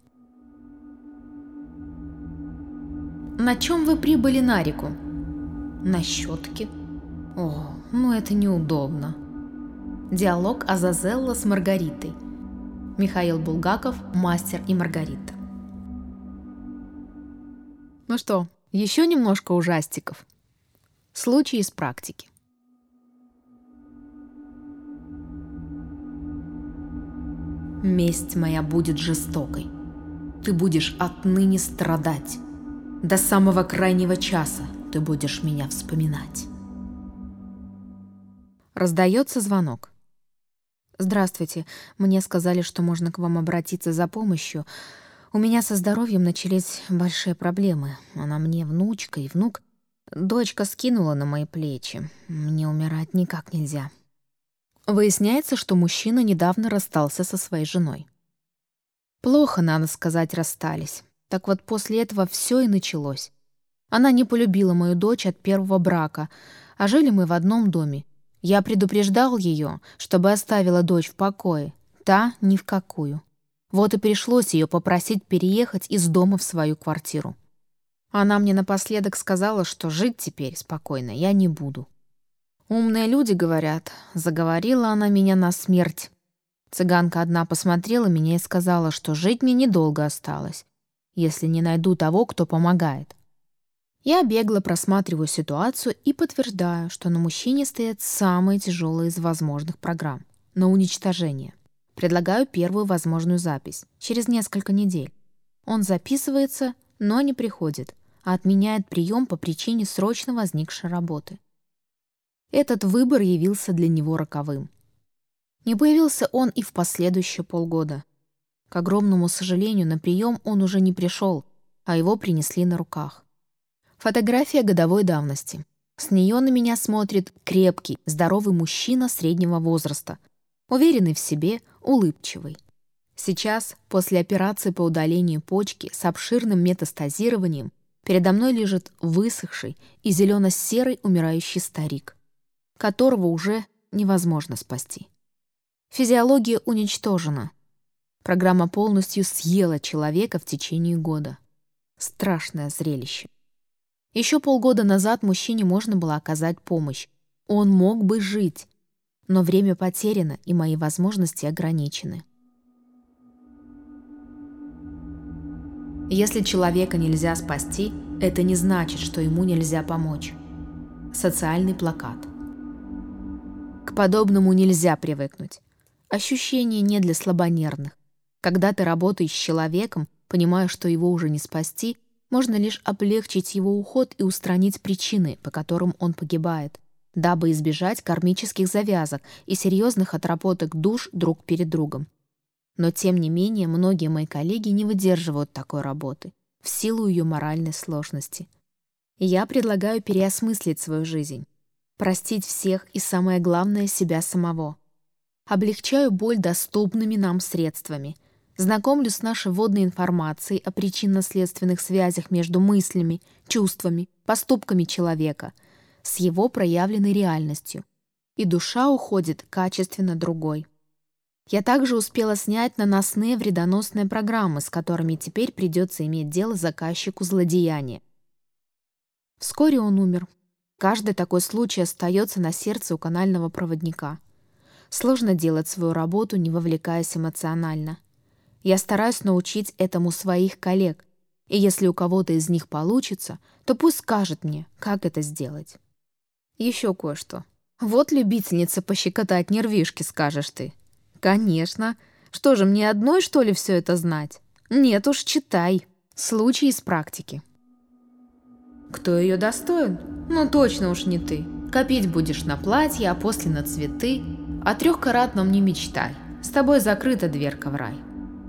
На чем вы прибыли на реку? На щетке. О, ну это неудобно. Диалог Азазелла с Маргаритой. Михаил Булгаков, «Мастер и Маргарита». Ну что, Еще немножко ужастиков. Случай из практики. Месть моя будет жестокой. Ты будешь отныне страдать. До самого крайнего часа ты будешь меня вспоминать. Раздается звонок. Здравствуйте. Мне сказали, что можно к вам обратиться за помощью. У меня со здоровьем начались большие проблемы. Она мне внучка и внук. Дочка скинула на мои плечи. Мне умирать никак нельзя. Выясняется, что мужчина недавно расстался со своей женой. Плохо, надо сказать, расстались. Так вот, после этого все и началось. Она не полюбила мою дочь от первого брака, а жили мы в одном доме. Я предупреждал ее, чтобы оставила дочь в покое. Та ни в какую. Вот и пришлось ее попросить переехать из дома в свою квартиру. Она мне напоследок сказала, что жить теперь спокойно я не буду. Умные люди говорят, заговорила она меня на смерть. Цыганка одна посмотрела меня и сказала, что жить мне недолго осталось, если не найду того, кто помогает. Я бегло просматриваю ситуацию и подтверждаю, что на мужчине стоят самые тяжелые из возможных программ — на уничтожение. Предлагаю первую возможную запись через несколько недель. Он записывается, но не приходит, а отменяет прием по причине срочно возникшей работы. Этот выбор явился для него роковым. Не появился он и в последующие полгода. К огромному сожалению, на прием он уже не пришел, а его принесли на руках. Фотография годовой давности. С нее на меня смотрит крепкий, здоровый мужчина среднего возраста, уверенный в себе, улыбчивый. Сейчас, после операции по удалению почки с обширным метастазированием, передо мной лежит высохший и зелено-серый умирающий старик, которого уже невозможно спасти. Физиология уничтожена. Программа полностью съела человека в течение года. Страшное зрелище. Еще полгода назад мужчине можно было оказать помощь. Он мог бы жить. Но время потеряно, и мои возможности ограничены. Если человека нельзя спасти, это не значит, что ему нельзя помочь. Социальный плакат. К подобному нельзя привыкнуть. Ощущение не для слабонервных. Когда ты работаешь с человеком, понимая, что его уже не спасти, можно лишь облегчить его уход и устранить причины, по которым он погибает, дабы избежать кармических завязок и серьезных отработок душ друг перед другом. Но, тем не менее, многие мои коллеги не выдерживают такой работы в силу ее моральной сложности. И я предлагаю переосмыслить свою жизнь, простить всех и, самое главное, себя самого. Облегчаю боль доступными нам средствами, знакомлю с нашей вводной информацией о причинно-следственных связях между мыслями, чувствами, поступками человека, с его проявленной реальностью, и душа уходит качественно другой. Я также успела снять наносные вредоносные программы, с которыми теперь придется иметь дело заказчику злодеяния. Вскоре он умер. Каждый такой случай остается на сердце у канального проводника. Сложно делать свою работу, не вовлекаясь эмоционально. Я стараюсь научить этому своих коллег, и если у кого-то из них получится, то пусть скажет мне, как это сделать. Еще кое-что. Вот любительница пощекотать нервишки, скажешь ты. Конечно. Что же, мне одной, что ли, все это знать? Нет уж, читай. Случай из практики. Кто ее достоин? Ну точно уж не ты. Копить будешь на платье, а после на цветы. О трехкаратном не мечтай. С тобой закрыта дверка в рай.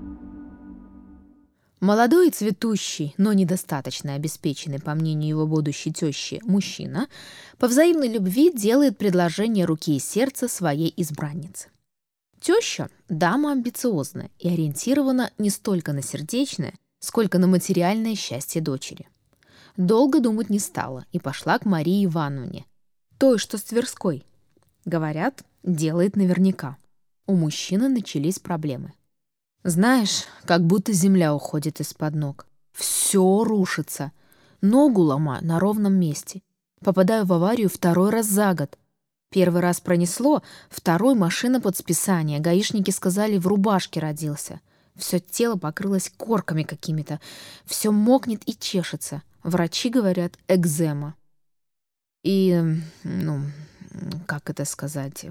Молодой и цветущий, но недостаточно обеспеченный, по мнению его будущей тещи, мужчина по взаимной любви делает предложение руки и сердца своей избраннице. Теща – дама амбициозная и ориентирована не столько на сердечное, сколько на материальное счастье дочери. Долго думать не стала и пошла к Марии Ивановне, той, что с Тверской. Говорят, делает наверняка. У мужчины начались проблемы. Знаешь, как будто земля уходит из-под ног. Все рушится. Ногу ломаю на ровном месте. Попадаю в аварию второй раз за год. Первый раз пронесло, второй — машина под списание. Гаишники сказали, в рубашке родился. Все тело покрылось корками какими-то. Все мокнет и чешется. Врачи говорят экзема. И, ну, как это сказать,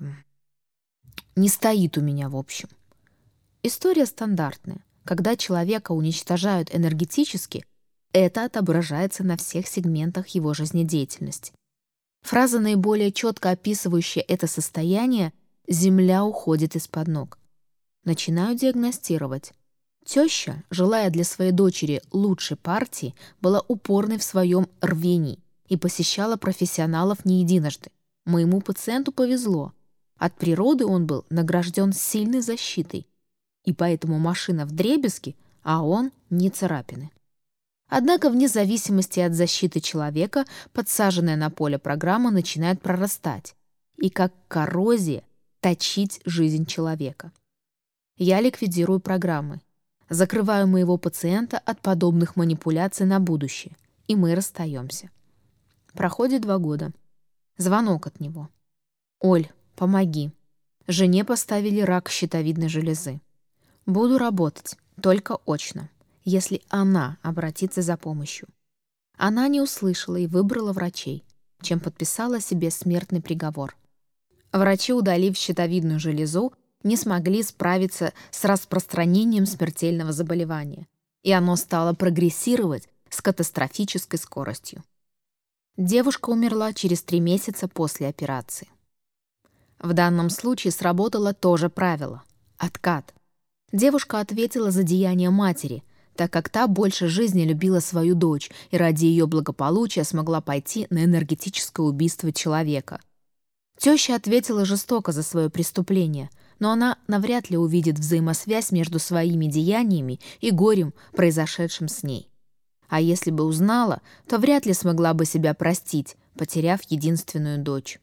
не стоит у меня, в общем. История стандартная. Когда человека уничтожают энергетически, это отображается на всех сегментах его жизнедеятельности. Фраза, наиболее четко описывающая это состояние: «Земля уходит из-под ног». Начинаю диагностировать. Теща, желая для своей дочери лучшей партии, была упорной в своем рвении и посещала профессионалов не единожды. Моему пациенту повезло. От природы он был награжден сильной защитой, и поэтому машина вдребезги, а он не царапины. Однако вне зависимости от защиты человека, подсаженная на поле программа начинает прорастать и, как коррозия, точить жизнь человека. Я ликвидирую программы, закрываю моего пациента от подобных манипуляций на будущее, и мы расстаемся. Проходит два года. Звонок от него. «Оль, помоги. Жене поставили рак щитовидной железы. Буду работать, только очно, если она обратится за помощью». Она не услышала и выбрала врачей, чем подписала себе смертный приговор. Врачи, удалив щитовидную железу, не смогли справиться с распространением смертельного заболевания, и оно стало прогрессировать с катастрофической скоростью. Девушка умерла через три месяца после операции. В данном случае сработало то же правило – откат. Девушка ответила за деяния матери, так как та больше жизни любила свою дочь и ради ее благополучия смогла пойти на энергетическое убийство человека. Теща ответила жестоко за свое преступление, но она навряд ли увидит взаимосвязь между своими деяниями и горем, произошедшим с ней. А если бы узнала, то вряд ли смогла бы себя простить, потеряв единственную дочь.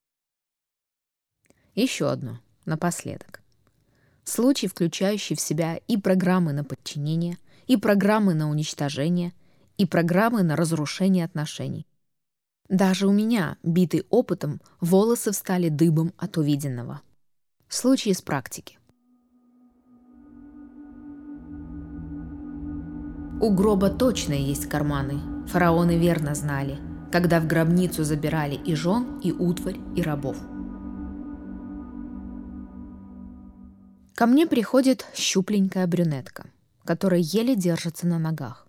Еще одно, напоследок. Случай, включающий в себя и программы на подчинение, и программы на уничтожение, и программы на разрушение отношений. Даже у меня, битый опытом, волосы встали дыбом от увиденного. Случай из практики. У гроба точно есть карманы, фараоны верно знали, когда в гробницу забирали и жен, и утварь, и рабов. Ко мне приходит щупленькая брюнетка, которая еле держится на ногах.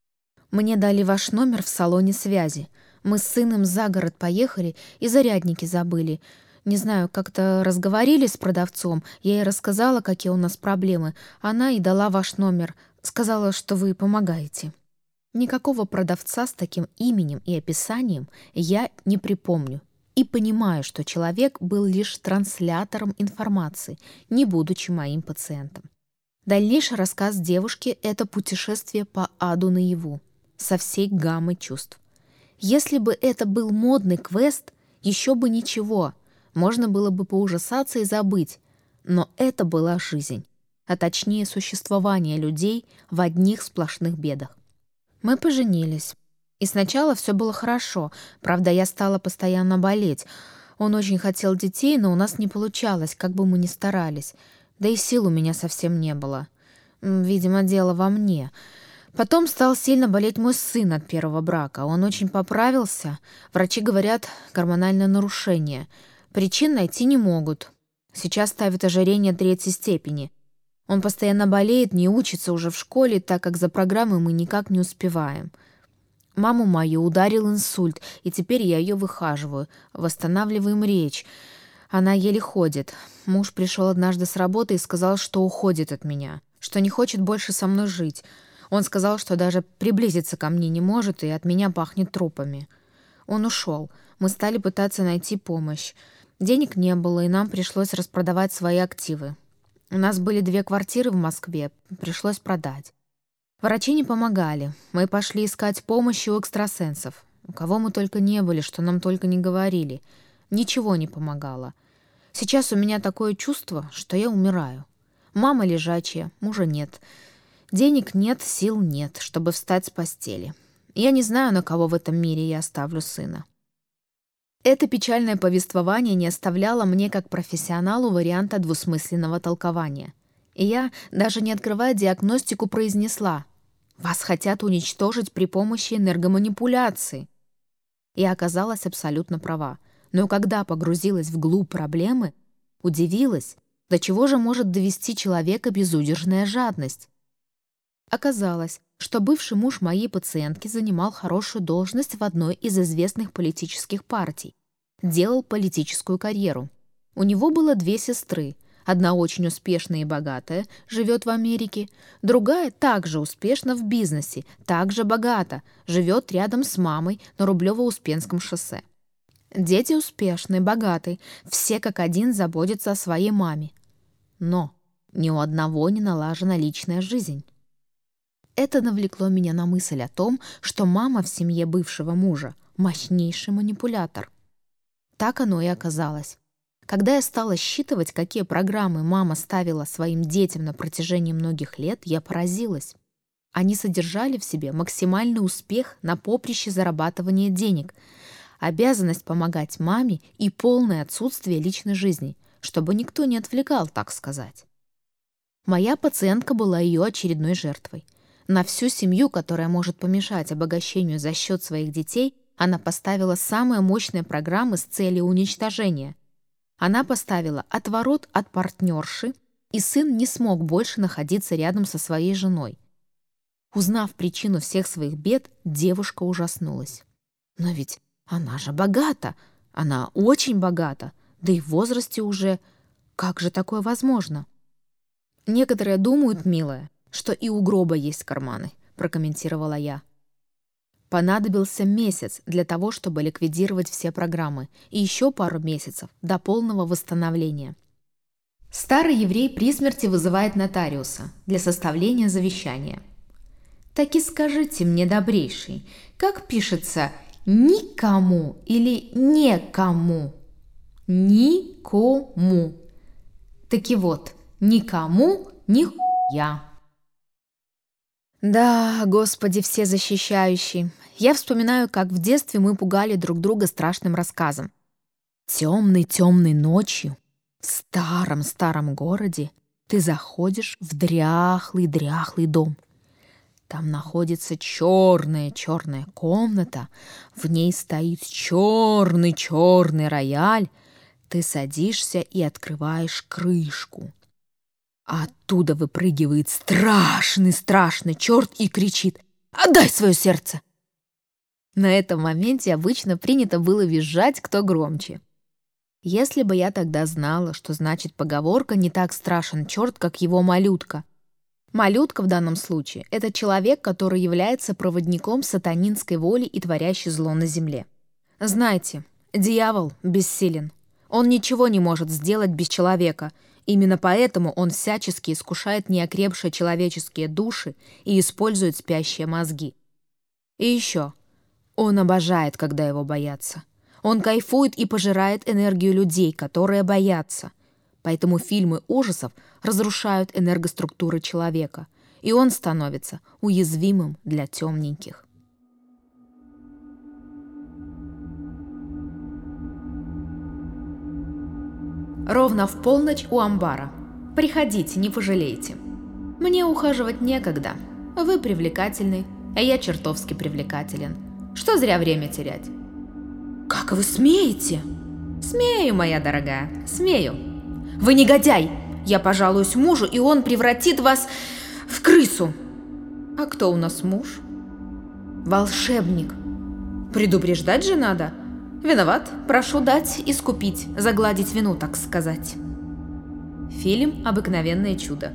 «Мне дали ваш номер в салоне связи. Мы с сыном за город поехали и зарядники забыли. Не знаю, как-то разговорились с продавцом, я ей рассказала, какие у нас проблемы. Она и дала ваш номер, сказала, что вы помогаете». Никакого продавца с таким именем и описанием я не припомню. И понимаю, что человек был лишь транслятором информации, не будучи моим пациентом. Дальнейший рассказ девушки — это путешествие по аду наяву, со всей гаммой чувств. Если бы это был модный квест, еще бы ничего, можно было бы поужасаться и забыть. Но это была жизнь, а точнее существование людей в одних сплошных бедах. Мы поженились. И сначала все было хорошо, правда, я стала постоянно болеть. Он очень хотел детей, но у нас не получалось, как бы мы ни старались. Да и сил у меня совсем не было. Видимо, дело во мне. Потом стал сильно болеть мой сын от первого брака. Он очень поправился. Врачи говорят, гормональное нарушение. Причин найти не могут. Сейчас ставят ожирение третьей степени. Он постоянно болеет, не учится уже в школе, так как за программой мы никак не успеваем. Маму мою ударил инсульт, и теперь я ее выхаживаю. Восстанавливаем речь. Она еле ходит. Муж пришел однажды с работы и сказал, что уходит от меня, что не хочет больше со мной жить. Он сказал, что даже приблизиться ко мне не может, и от меня пахнет трупами. Он ушел. Мы стали пытаться найти помощь. Денег не было, и нам пришлось распродавать свои активы. У нас были две квартиры в Москве, пришлось продать. Врачи не помогали. Мы пошли искать помощи у экстрасенсов. У кого мы только не были, что нам только не говорили. Ничего не помогало. Сейчас у меня такое чувство, что я умираю. Мама лежачая, мужа нет. Денег нет, сил нет, чтобы встать с постели. Я не знаю, на кого в этом мире я оставлю сына. Это печальное повествование не оставляло мне как профессионалу варианта двусмысленного толкования. И я, даже не открывая диагностику, произнесла: Вас хотят уничтожить при помощи энергоманипуляции. Я оказалась абсолютно права. Но когда погрузилась вглубь проблемы, удивилась, до чего же может довести человека безудержная жадность. Оказалось, что бывший муж моей пациентки занимал хорошую должность в одной из известных политических партий. Делал политическую карьеру. У него было две сестры. Одна очень успешная и богатая, живет в Америке. Другая также успешна в бизнесе, также богата, живет рядом с мамой на Рублево-Успенском шоссе. Дети успешные, богатые, все как один заботятся о своей маме. Но ни у одного не налажена личная жизнь. Это навлекло меня на мысль о том, что мама в семье бывшего мужа – мощнейший манипулятор. Так оно и оказалось. Когда я стала считывать, какие программы мама ставила своим детям на протяжении многих лет, я поразилась. Они содержали в себе максимальный успех на поприще зарабатывания денег, обязанность помогать маме и полное отсутствие личной жизни, чтобы никто не отвлекал, так сказать. Моя пациентка была ее очередной жертвой. На всю семью, которая может помешать обогащению за счет своих детей, она поставила самые мощные программы с целью уничтожения. Она поставила отворот от партнерши, и сын не смог больше находиться рядом со своей женой. Узнав причину всех своих бед, девушка ужаснулась. Но ведь она же богата, она очень богата, да и в возрасте уже. Как же такое возможно? Некоторые думают, милая, что и у гроба есть карманы, прокомментировала я. Понадобился месяц для того, чтобы ликвидировать все программы, и еще пару месяцев до полного восстановления. Старый еврей при смерти вызывает нотариуса для составления завещания. Так и скажите мне, добрейший, как пишется «никому» или «некому»? Никому. Таки вот, никому нихуя. Да, Господи всезащищающий. Я вспоминаю, как в детстве мы пугали друг друга страшным рассказом. Темной-темной ночью в старом-старом городе ты заходишь в дряхлый-дряхлый дом. Там находится черная-черная комната, в ней стоит черный-черный рояль. Ты садишься и открываешь крышку. А оттуда выпрыгивает страшный-страшный черт и кричит: «Отдай свое сердце!» На этом моменте обычно принято было визжать кто громче. Если бы я тогда знала, что значит поговорка «не так страшен черт, как его малютка». Малютка в данном случае – это человек, который является проводником сатанинской воли и творящий зло на земле. Знайте, дьявол бессилен. Он ничего не может сделать без человека. Именно поэтому он всячески искушает неокрепшие человеческие души и использует спящие мозги. И еще. Он обожает, когда его боятся. Он кайфует и пожирает энергию людей, которые боятся. Поэтому фильмы ужасов разрушают энергоструктуры человека, и он становится уязвимым для темненьких. Ровно в полночь у амбара. Приходите, не пожалеете. Мне ухаживать некогда. Вы привлекательный, а я чертовски привлекателен. Что зря время терять? Как вы смеете? Смею, моя дорогая, смею. Вы негодяй! Я пожалуюсь мужу, и он превратит вас в крысу. А кто у нас муж? Волшебник. Предупреждать же надо. Виноват, прошу дать искупить, загладить вину, так сказать. Фильм «Обыкновенное чудо».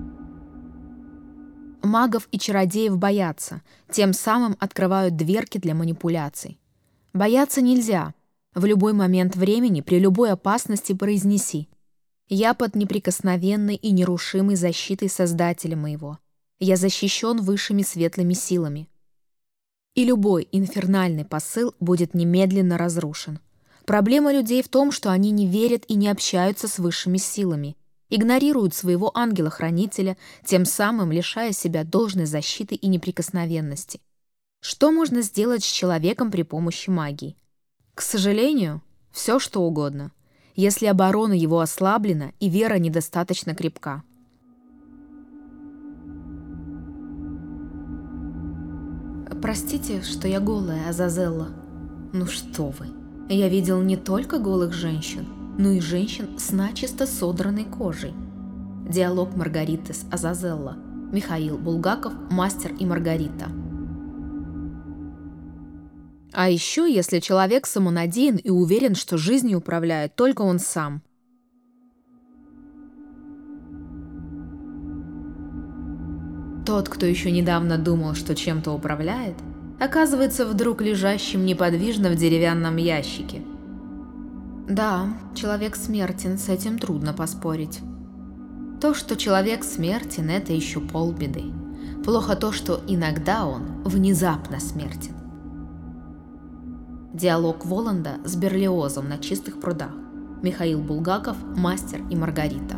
Магов и чародеев боятся, тем самым открывают дверки для манипуляций. Бояться нельзя. В любой момент времени, при любой опасности произнеси: «Я под неприкосновенной и нерушимой защитой Создателя моего. Я защищен высшими светлыми силами». И любой инфернальный посыл будет немедленно разрушен. Проблема людей в том, что они не верят и не общаются с высшими силами, игнорируют своего ангела-хранителя, тем самым лишая себя должной защиты и неприкосновенности. Что можно сделать с человеком при помощи магии? К сожалению, все что угодно, если оборона его ослаблена и вера недостаточно крепка. Простите, что я голая, Азазелла. Ну что вы, я видел не только голых женщин, но и женщин с начисто содранной кожей. Диалог Маргариты с Азазелла. Михаил Булгаков, «Мастер и Маргарита». А еще, если человек самонадеян и уверен, что жизнью управляет только он сам. Тот, кто еще недавно думал, что чем-то управляет, оказывается вдруг лежащим неподвижно в деревянном ящике. Да, человек смертен, с этим трудно поспорить. То, что человек смертен, это еще полбеды. Плохо то, что иногда он внезапно смертен. Диалог Воланда с Берлиозом на чистых прудах. Михаил Булгаков, «Мастер и Маргарита».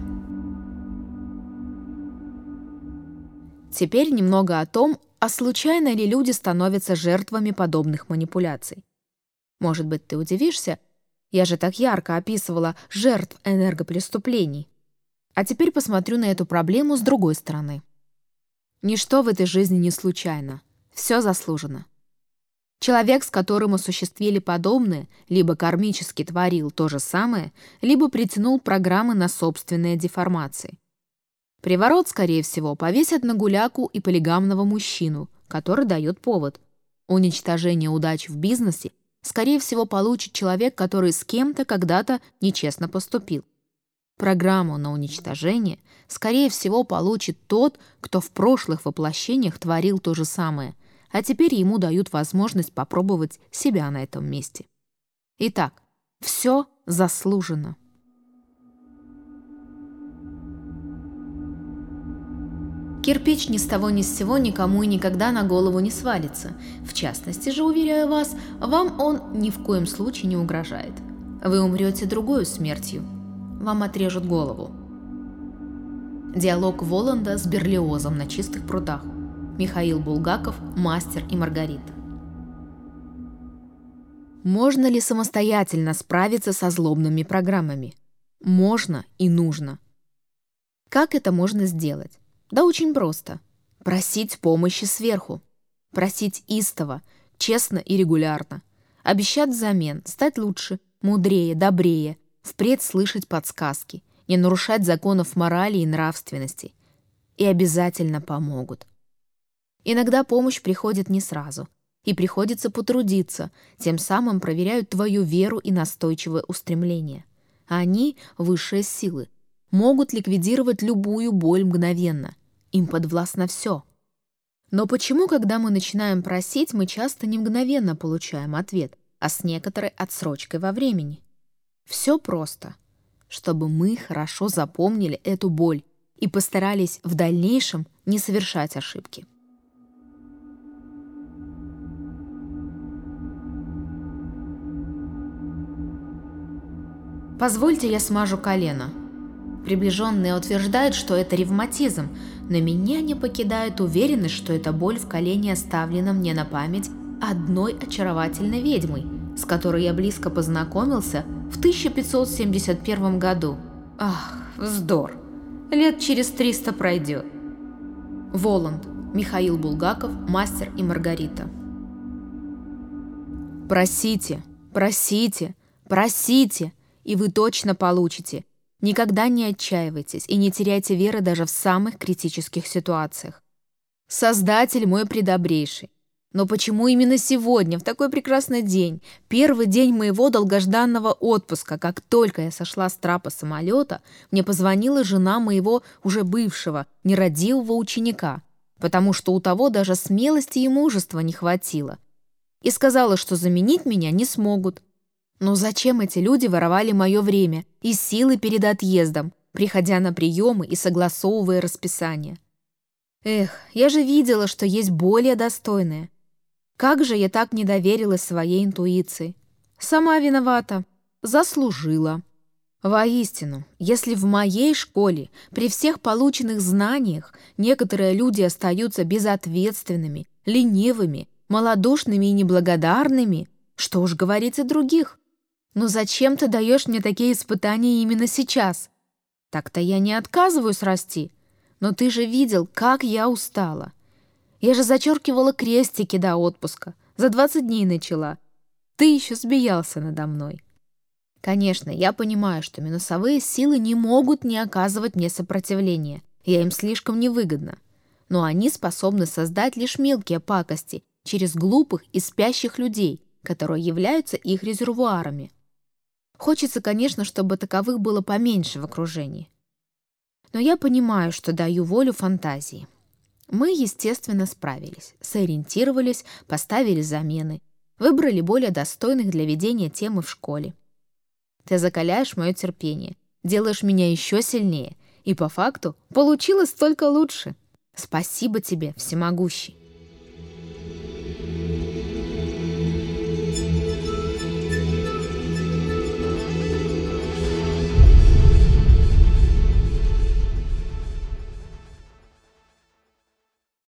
Теперь немного о том, а случайно ли люди становятся жертвами подобных манипуляций. Может быть, ты удивишься, я же так ярко описывала жертв энергопреступлений. А теперь посмотрю на эту проблему с другой стороны. Ничто в этой жизни не случайно, все заслужено. Человек, с которым осуществили подобное, либо кармически творил то же самое, либо притянул программы на собственные деформации. Приворот, скорее всего, повесят на гуляку и полигамного мужчину, который дает повод. Уничтожение удачи в бизнесе, скорее всего, получит человек, который с кем-то когда-то нечестно поступил. Программу на уничтожение, скорее всего, получит тот, кто в прошлых воплощениях творил то же самое, а теперь ему дают возможность попробовать себя на этом месте. Итак, все заслужено. Кирпич ни с того ни с сего никому и никогда на голову не свалится. В частности же, уверяю вас, вам он ни в коем случае не угрожает. Вы умрете другой смертью. Вам отрежут голову. Диалог Воланда с Берлиозом на чистых прудах. Михаил Булгаков, «Мастер и Маргарита». Можно ли самостоятельно справиться со злобными программами? Можно и нужно. Как это можно сделать? Да очень просто. Просить помощи сверху. Просить истово, честно и регулярно. Обещать взамен стать лучше, мудрее, добрее, впредь слышать подсказки, не нарушать законов морали и нравственности. И обязательно помогут. Иногда помощь приходит не сразу, и приходится потрудиться, тем самым проверяют твою веру и настойчивое устремление. Они, высшие силы, могут ликвидировать любую боль мгновенно. Им подвластно все. Но почему, когда мы начинаем просить, мы часто не мгновенно получаем ответ, а с некоторой отсрочкой во времени? Все просто. Чтобы мы хорошо запомнили эту боль и постарались в дальнейшем не совершать ошибки. Позвольте, я смажу колено. Приближенные утверждают, что это ревматизм, но меня не покидает уверенность, что эта боль в колене оставлена мне на память одной очаровательной ведьмой, с которой я близко познакомился в тысяча пятьсот семьдесят первом году. Ах, вздор. Лет через триста пройдет. Воланд. Михаил Булгаков, «Мастер и Маргарита». Просите, просите, просите, и вы точно получите. Никогда не отчаивайтесь и не теряйте веры даже в самых критических ситуациях. Создатель мой предобрейший. Но почему именно сегодня, в такой прекрасный день, первый день моего долгожданного отпуска, как только я сошла с трапа самолета, мне позвонила жена моего уже бывшего, нерадивого ученика, потому что у того даже смелости и мужества не хватило, и сказала, что заменить меня не смогут. Но зачем эти люди воровали мое время и силы перед отъездом, приходя на приемы и согласовывая расписание? Эх, я же видела, что есть более достойные. Как же я так не доверилась своей интуиции? Сама виновата. Заслужила. Воистину, если в моей школе при всех полученных знаниях некоторые люди остаются безответственными, ленивыми, малодушными и неблагодарными, что уж говорить о других? Но зачем ты даешь мне такие испытания именно сейчас? Так-то я не отказываюсь расти, но ты же видел, как я устала. Я же зачеркивала крестики до отпуска. За двадцать дней начала. Ты еще смеялся надо мной. Конечно, я понимаю, что минусовые силы не могут не оказывать мне сопротивления. Я им слишком невыгодна. Но они способны создать лишь мелкие пакости через глупых и спящих людей, которые являются их резервуарами. Хочется, конечно, чтобы таковых было поменьше в окружении. Но я понимаю, что даю волю фантазии. Мы, естественно, справились, сориентировались, поставили замены, выбрали более достойных для ведения темы в школе. Ты закаляешь мое терпение, делаешь меня еще сильнее, и по факту получилось только лучше. Спасибо тебе, всемогущий.